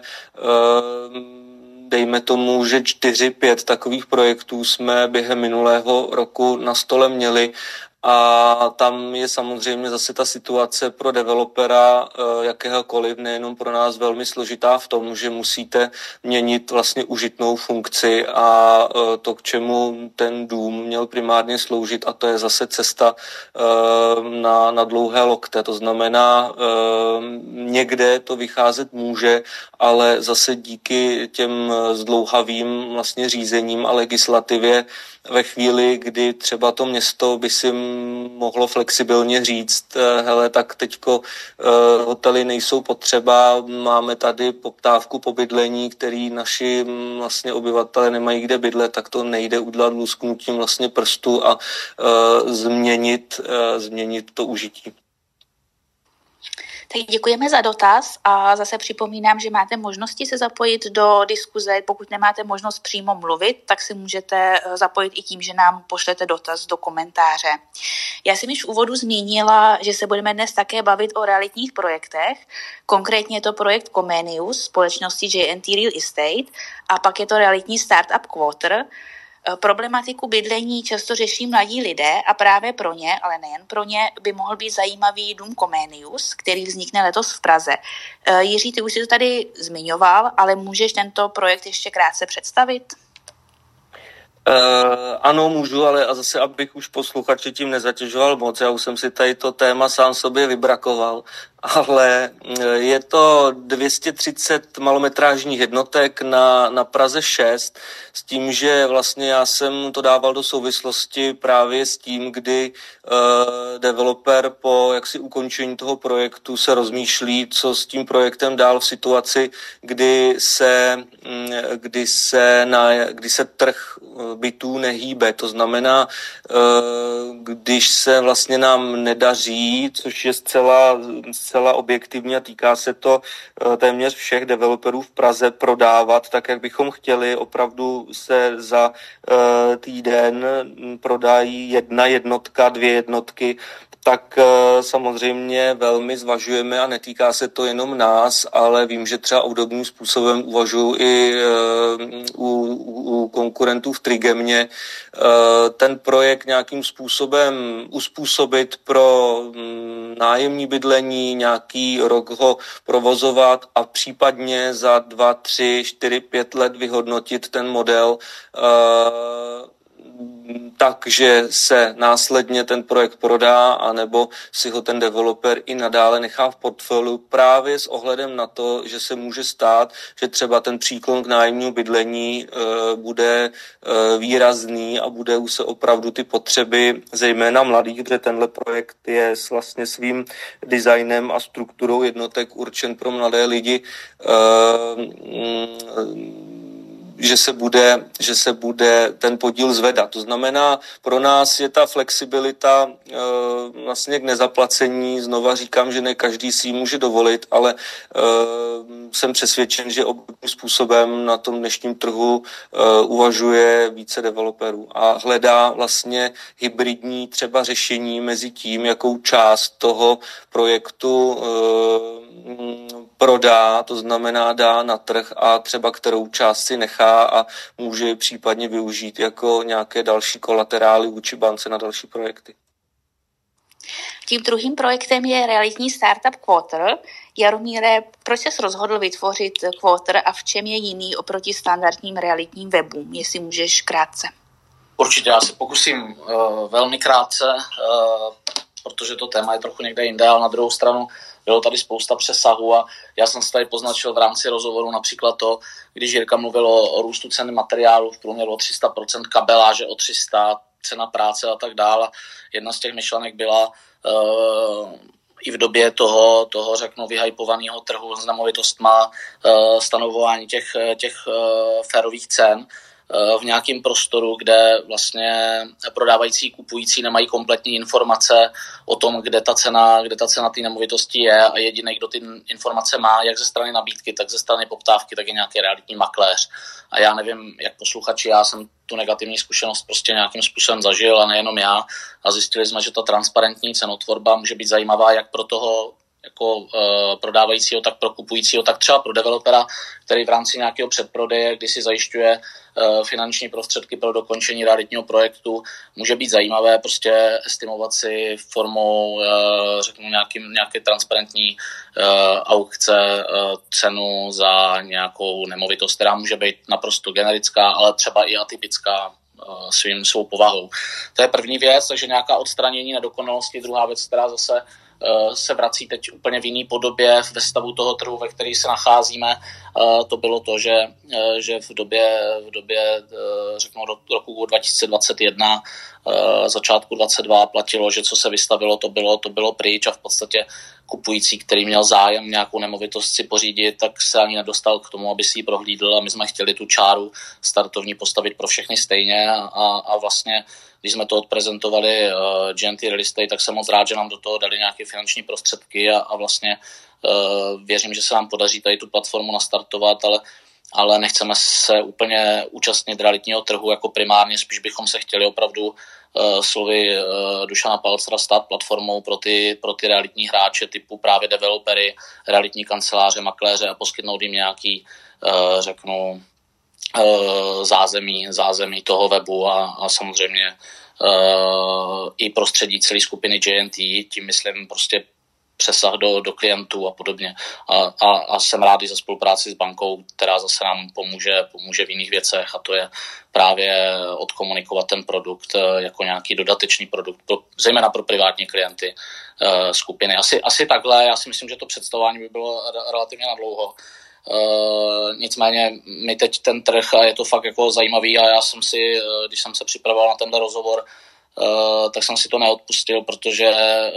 dejme tomu, že 4-5 takových projektů jsme během minulého roku na stole měli. A tam je samozřejmě zase ta situace pro developera jakéhokoliv, nejenom pro nás, velmi složitá v tom, že musíte měnit vlastně užitnou funkci a to, k čemu ten dům měl primárně sloužit, a to je zase cesta na dlouhé lokte. To znamená, někde to vycházet může, ale zase díky těm zdlouhavým vlastně řízením a legislativě ve chvíli, kdy třeba to město by si mohlo flexibilně říct, hele, tak teďko hotely nejsou potřeba, máme tady poptávku po bydlení, který naši vlastně obyvatele nemají kde bydlet, tak to nejde udělat lusknutím vlastně prstu a změnit to užití. Tak děkujeme za dotaz a zase připomínám, že máte možnosti se zapojit do diskuze. Pokud nemáte možnost přímo mluvit, tak si můžete zapojit i tím, že nám pošlete dotaz do komentáře. Já jsem již v úvodu zmínila, že se budeme dnes také bavit o realitních projektech. Konkrétně je to projekt Comenius společnosti JNT Real Estate a pak je to realitní startup Quarter. Problematiku bydlení často řeší mladí lidé a právě pro ně, ale nejen pro ně, by mohl být zajímavý dům Comenius, který vznikne letos v Praze. Jiří, ty už jsi to tady zmiňoval, ale můžeš tento projekt ještě krátce představit? Ano, můžu, ale a zase, abych už posluchače tím nezatěžoval moc, já už jsem si tady to téma sám sobě vybrakoval, ale je to 230 malometrážních jednotek na Praze 6, s tím, že vlastně já jsem to dával do souvislosti právě s tím, kdy developer po jaksi ukončení toho projektu se rozmýšlí, co s tím projektem dál v situaci, kdy se trh bytů nehýbe. To znamená, když se vlastně nám nedaří, což je zcela objektivně a týká se to téměř všech developerů v Praze prodávat tak, jak bychom chtěli. Opravdu se za týden prodají 1 jednotka, 2 jednotky, tak samozřejmě velmi zvažujeme a netýká se to jenom nás, ale vím, že třeba obdobným způsobem uvažuji i u konkurentů v Trigemě ten projekt nějakým způsobem uspůsobit pro nájemní bydlení, nějaký rok ho provozovat a případně za 2, 3, 4, 5 let vyhodnotit ten model takže se následně ten projekt prodá, anebo si ho ten developer i nadále nechá v portfoliu právě s ohledem na to, že se může stát, že třeba ten příklon k nájemnímu bydlení bude výrazný a budou se opravdu ty potřeby, zejména mladých, protože tenhle projekt je vlastně svým designem a strukturou jednotek určen pro mladé lidi, že se bude ten podíl zvedat. To znamená, pro nás je ta flexibilita vlastně k nezaplacení. Znova říkám, že ne každý si ji může dovolit, ale jsem přesvědčen, že obdobným způsobem na tom dnešním trhu uvažuje více developerů a hledá vlastně hybridní třeba řešení mezi tím, jakou část toho projektu prodá, to znamená dá na trh a třeba kterou část si nechá a může případně využít jako nějaké další kolaterály vůči bance na další projekty. Tím druhým projektem je realitní startup Quarter. Jaromíre, proč jsi rozhodl vytvořit Quarter a v čem je jiný oproti standardním realitním webům, jestli můžeš krátce? Určitě, já se pokusím velmi krátce, protože to téma je trochu někde jinde, ale na druhou stranu bylo tady spousta přesahů a já jsem se tady poznačil v rámci rozhovoru například to, když Jirka mluvil o růstu ceny materiálu v průměru o 300%, kabeláže o 300%, cena práce a tak dále. Jedna z těch myšlenek byla i v době toho řeknu, vyhypovaného trhu s nemovitostma, stanovování těch férových cen v nějakém prostoru, kde vlastně prodávající, kupující nemají kompletní informace o tom, kde ta cena té nemovitosti je a jediný, kdo ty informace má, jak ze strany nabídky, tak ze strany poptávky, tak je nějaký realitní makléř. A já nevím, jak posluchači, já jsem tu negativní zkušenost prostě nějakým způsobem zažil a nejenom já. A zjistili jsme, že ta transparentní cenotvorba může být zajímavá jak pro toho jako prodávajícího, tak pro kupujícího, tak třeba pro developera, který v rámci nějakého předprodeje, kdy si zajišťuje finanční prostředky pro dokončení realitního projektu, může být zajímavé prostě estimovat si formou, řeknu, nějaké transparentní aukce cenu za nějakou nemovitost, která může být naprosto generická, ale třeba i atypická svou povahou. To je první věc, takže nějaká odstranění nedokonalosti. Druhá věc, která zase se vrací teď úplně v jiný podobě ve stavu toho trhu, ve který se nacházíme. To bylo to, že v době řeknu roku 2021 začátku 22 platilo, že co se vystavilo, to bylo pryč a v podstatě kupující, který měl zájem nějakou nemovitost si pořídit, tak se ani nedostal k tomu, aby si ji prohlídl a my jsme chtěli tu čáru startovní postavit pro všechny stejně a vlastně, když jsme to odprezentovali GNT Real Estate, tak jsem moc rád, že nám do toho dali nějaké finanční prostředky a vlastně věřím, že se nám podaří tady tu platformu nastartovat, ale nechceme se úplně účastnit realitního trhu jako primárně, spíš bychom se chtěli opravdu slovy Dušana Palcera stát platformou pro ty realitní hráče typu právě developery, realitní kanceláře, makléře a poskytnout jim nějaký, řeknu, zázemí toho webu a samozřejmě i prostředí celé skupiny JNT, tím myslím prostě přesah do klientů a podobně. A jsem rád i za spolupráci s bankou, která zase nám pomůže v jiných věcech a to je právě odkomunikovat ten produkt jako nějaký dodatečný produkt, zejména pro privátní klienty skupiny. Asi takhle, já si myslím, že to představování by bylo relativně nadlouho. Nicméně my teď ten trh a je to fakt jako zajímavý a já jsem si, když jsem se připravoval na tenhle rozhovor, tak jsem si to neodpustil, protože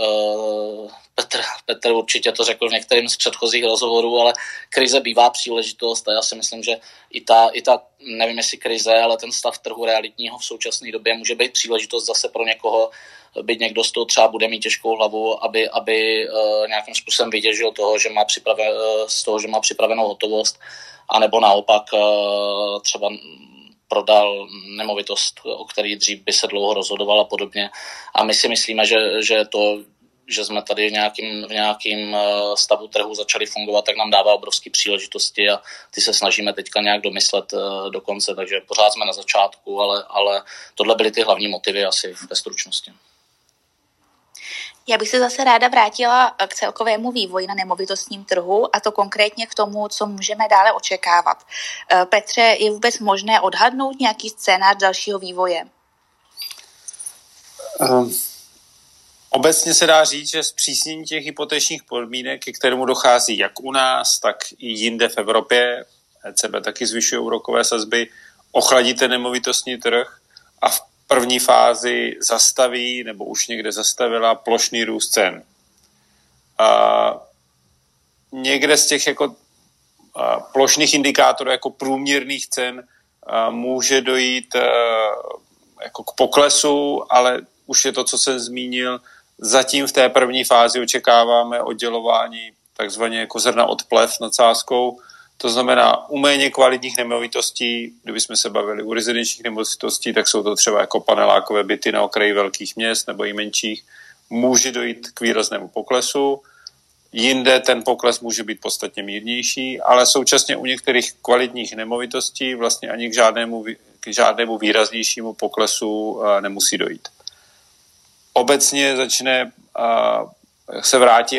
Petr určitě to řekl v některým z předchozích rozhovorů, ale krize bývá příležitost a já si myslím, že i ta nevím jestli krize, ale ten stav trhu realitního v současné době může být příležitost zase pro někoho, byť někdo z toho třeba bude mít těžkou hlavu, aby nějakým způsobem vytěžil z toho, že má připravenou hotovost, anebo naopak třeba prodal nemovitost, o který dřív by se dlouho rozhodoval a podobně. A my si myslíme, že jsme tady v nějakým stavu trhu začali fungovat, tak nám dává obrovské příležitosti a ty se snažíme teďka nějak domyslet do konce, takže pořád jsme na začátku, ale tohle byly ty hlavní motivy asi ve stručnosti. Já bych se zase ráda vrátila k celkovému vývoji na nemovitostním trhu a to konkrétně k tomu, co můžeme dále očekávat. Petře, je vůbec možné odhadnout nějaký scénář dalšího vývoje? Obecně se dá říct, že zpřísnění těch hypotečních podmínek, ke kterému dochází jak u nás, tak i jinde v Evropě, ECB taky zvyšuje úrokové sazby, ochladí ten nemovitostní trh a v první fázi zastaví nebo už někde zastavila plošný růst cen. Někde z těch jako plošných indikátorů jako průměrných cen může dojít jako k poklesu, ale už je to, co jsem zmínil. Zatím v té první fázi očekáváme oddělování takzvaně jako zrna od plev nad sázkou. To znamená, u méně kvalitních nemovitostí, kdybychom se bavili u rezidenčních nemovitostí, tak jsou to třeba jako panelákové byty na okraji velkých měst nebo i menších, může dojít k výraznému poklesu. Jinde ten pokles může být podstatně mírnější, ale současně u některých kvalitních nemovitostí vlastně ani k žádnému výraznějšímu poklesu nemusí dojít. Obecně začne se vrátí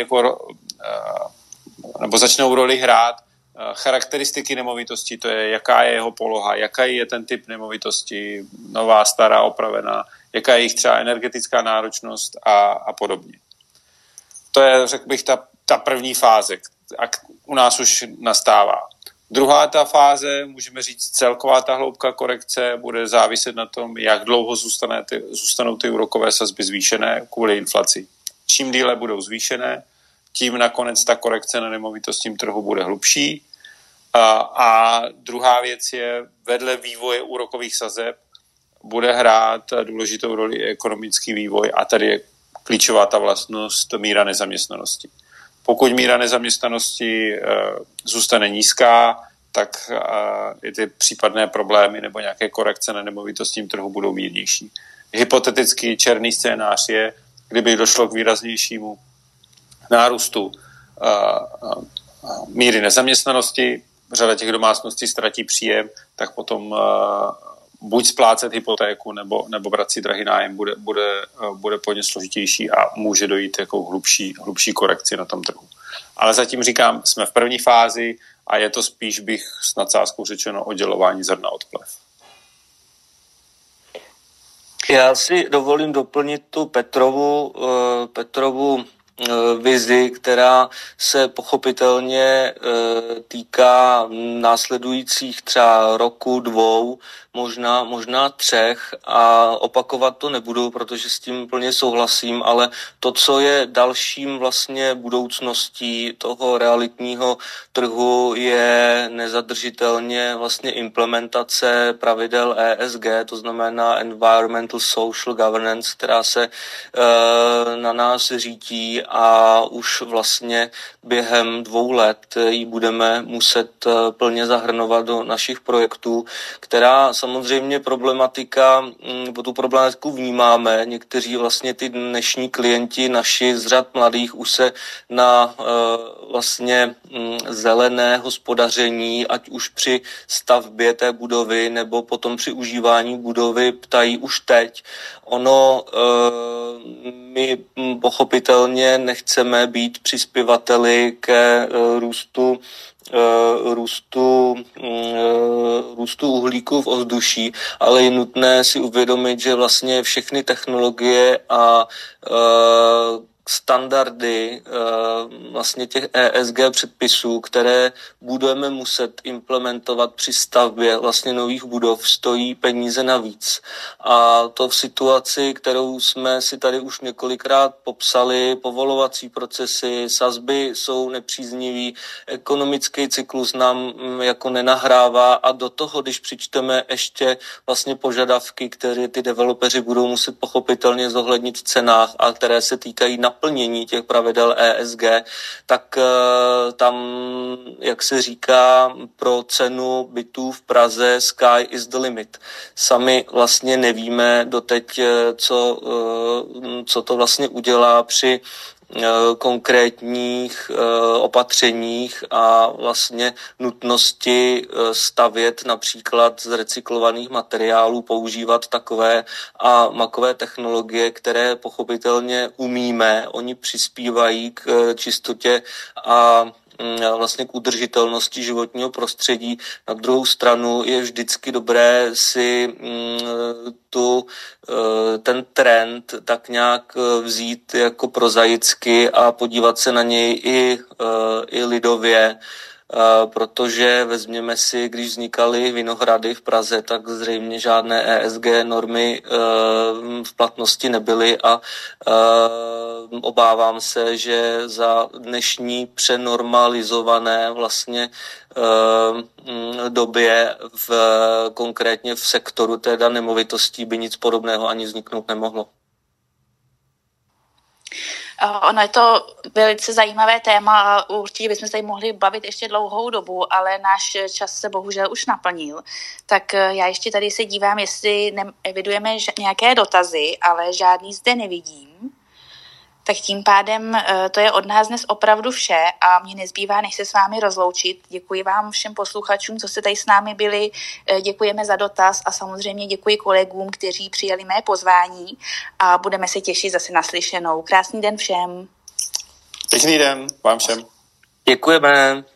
nebo začnou roli hrát charakteristiky nemovitosti, to je, jaká je jeho poloha, jaký je ten typ nemovitosti, nová, stará, opravená, jaká je jejich třeba energetická náročnost a podobně. To je, řekl bych, ta první fáze, a u nás už nastává. Druhá ta fáze, můžeme říct, celková ta hloubka korekce bude záviset na tom, jak dlouho zůstanou ty úrokové sazby zvýšené kvůli inflaci. Čím díle budou zvýšené, tím nakonec ta korekce na nemovitostním trhu bude hlubší. A druhá věc je, vedle vývoje úrokových sazeb bude hrát důležitou roli ekonomický vývoj a tady je klíčová ta vlastnost míra nezaměstnanosti. Pokud míra nezaměstnanosti zůstane nízká, tak i ty případné problémy nebo nějaké korekce na nemovitostním trhu budou mírnější. Hypoteticky černý scénář je, kdyby došlo k výraznějšímu nárůstu míry nezaměstnanosti, řada těch domácností ztratí příjem, tak potom buď splácet hypotéku nebo brát si drahý nájem bude po ně složitější a může dojít jako hlubší korekci na tom trhu. Ale zatím říkám, jsme v první fázi a je to spíš, bych s nadsázkou řečeno, oddělování zrna od plev. Já si dovolím doplnit tu Petrovu vizi, která se pochopitelně týká následujících třeba roku, 2, možná 3 a opakovat to nebudu, protože s tím plně souhlasím, ale to, co je dalším vlastně budoucností toho realitního trhu, je nezadržitelně vlastně implementace pravidel ESG, to znamená Environmental Social Governance, která se na nás řítí a už vlastně během 2 let ji budeme muset plně zahrnovat do našich projektů, která samozřejmě tu problematiku vnímáme. Někteří vlastně ty dnešní klienti naši z řad mladých už se na vlastně zelené hospodaření, ať už při stavbě té budovy nebo potom při užívání budovy ptají už teď. My pochopitelně nechceme být přispěvateli ke růstu uhlíku v ovzduší, ale je nutné si uvědomit, že vlastně všechny technologie a standardy vlastně těch ESG předpisů, které budeme muset implementovat při stavbě vlastně nových budov, stojí peníze navíc. A to v situaci, kterou jsme si tady už několikrát popsali, povolovací procesy, sazby jsou nepříznivý, ekonomický cyklus nám jako nenahrává a do toho, když přičteme ještě vlastně požadavky, které ty developeři budou muset pochopitelně zohlednit v cenách a které se týkají naplnění těch pravidel ESG, tak tam, jak se říká, pro cenu bytů v Praze sky is the limit. Sami vlastně nevíme doteď, co to vlastně udělá při konkrétních opatřeních a vlastně nutnosti stavět například z recyklovaných materiálů, používat takové a makové technologie, které pochopitelně umíme. Oni přispívají k čistotě a vlastně k udržitelnosti životního prostředí. Na druhou stranu je vždycky dobré si ten trend tak nějak vzít jako prozaicky a podívat se na něj i lidově, protože vezměme si, když vznikaly Vinohrady v Praze, tak zřejmě žádné ESG normy v platnosti nebyly a obávám se, že za dnešní přenormalizované vlastně době konkrétně v sektoru teda nemovitostí by nic podobného ani vzniknout nemohlo. Ono je to velice zajímavé téma a určitě bychom se tady mohli bavit ještě dlouhou dobu, ale náš čas se bohužel už naplnil. Tak já ještě tady se dívám, jestli evidujeme nějaké dotazy, ale žádný zde nevidím. Tak tím pádem to je od nás dnes opravdu vše a mě nezbývá, než se s vámi rozloučit. Děkuji vám všem posluchačům, co jste tady s námi byli, děkujeme za dotaz a samozřejmě děkuji kolegům, kteří přijali mé pozvání a budeme se těšit zase naslyšenou. Krásný den všem. Pěkný den vám všem. Děkujeme.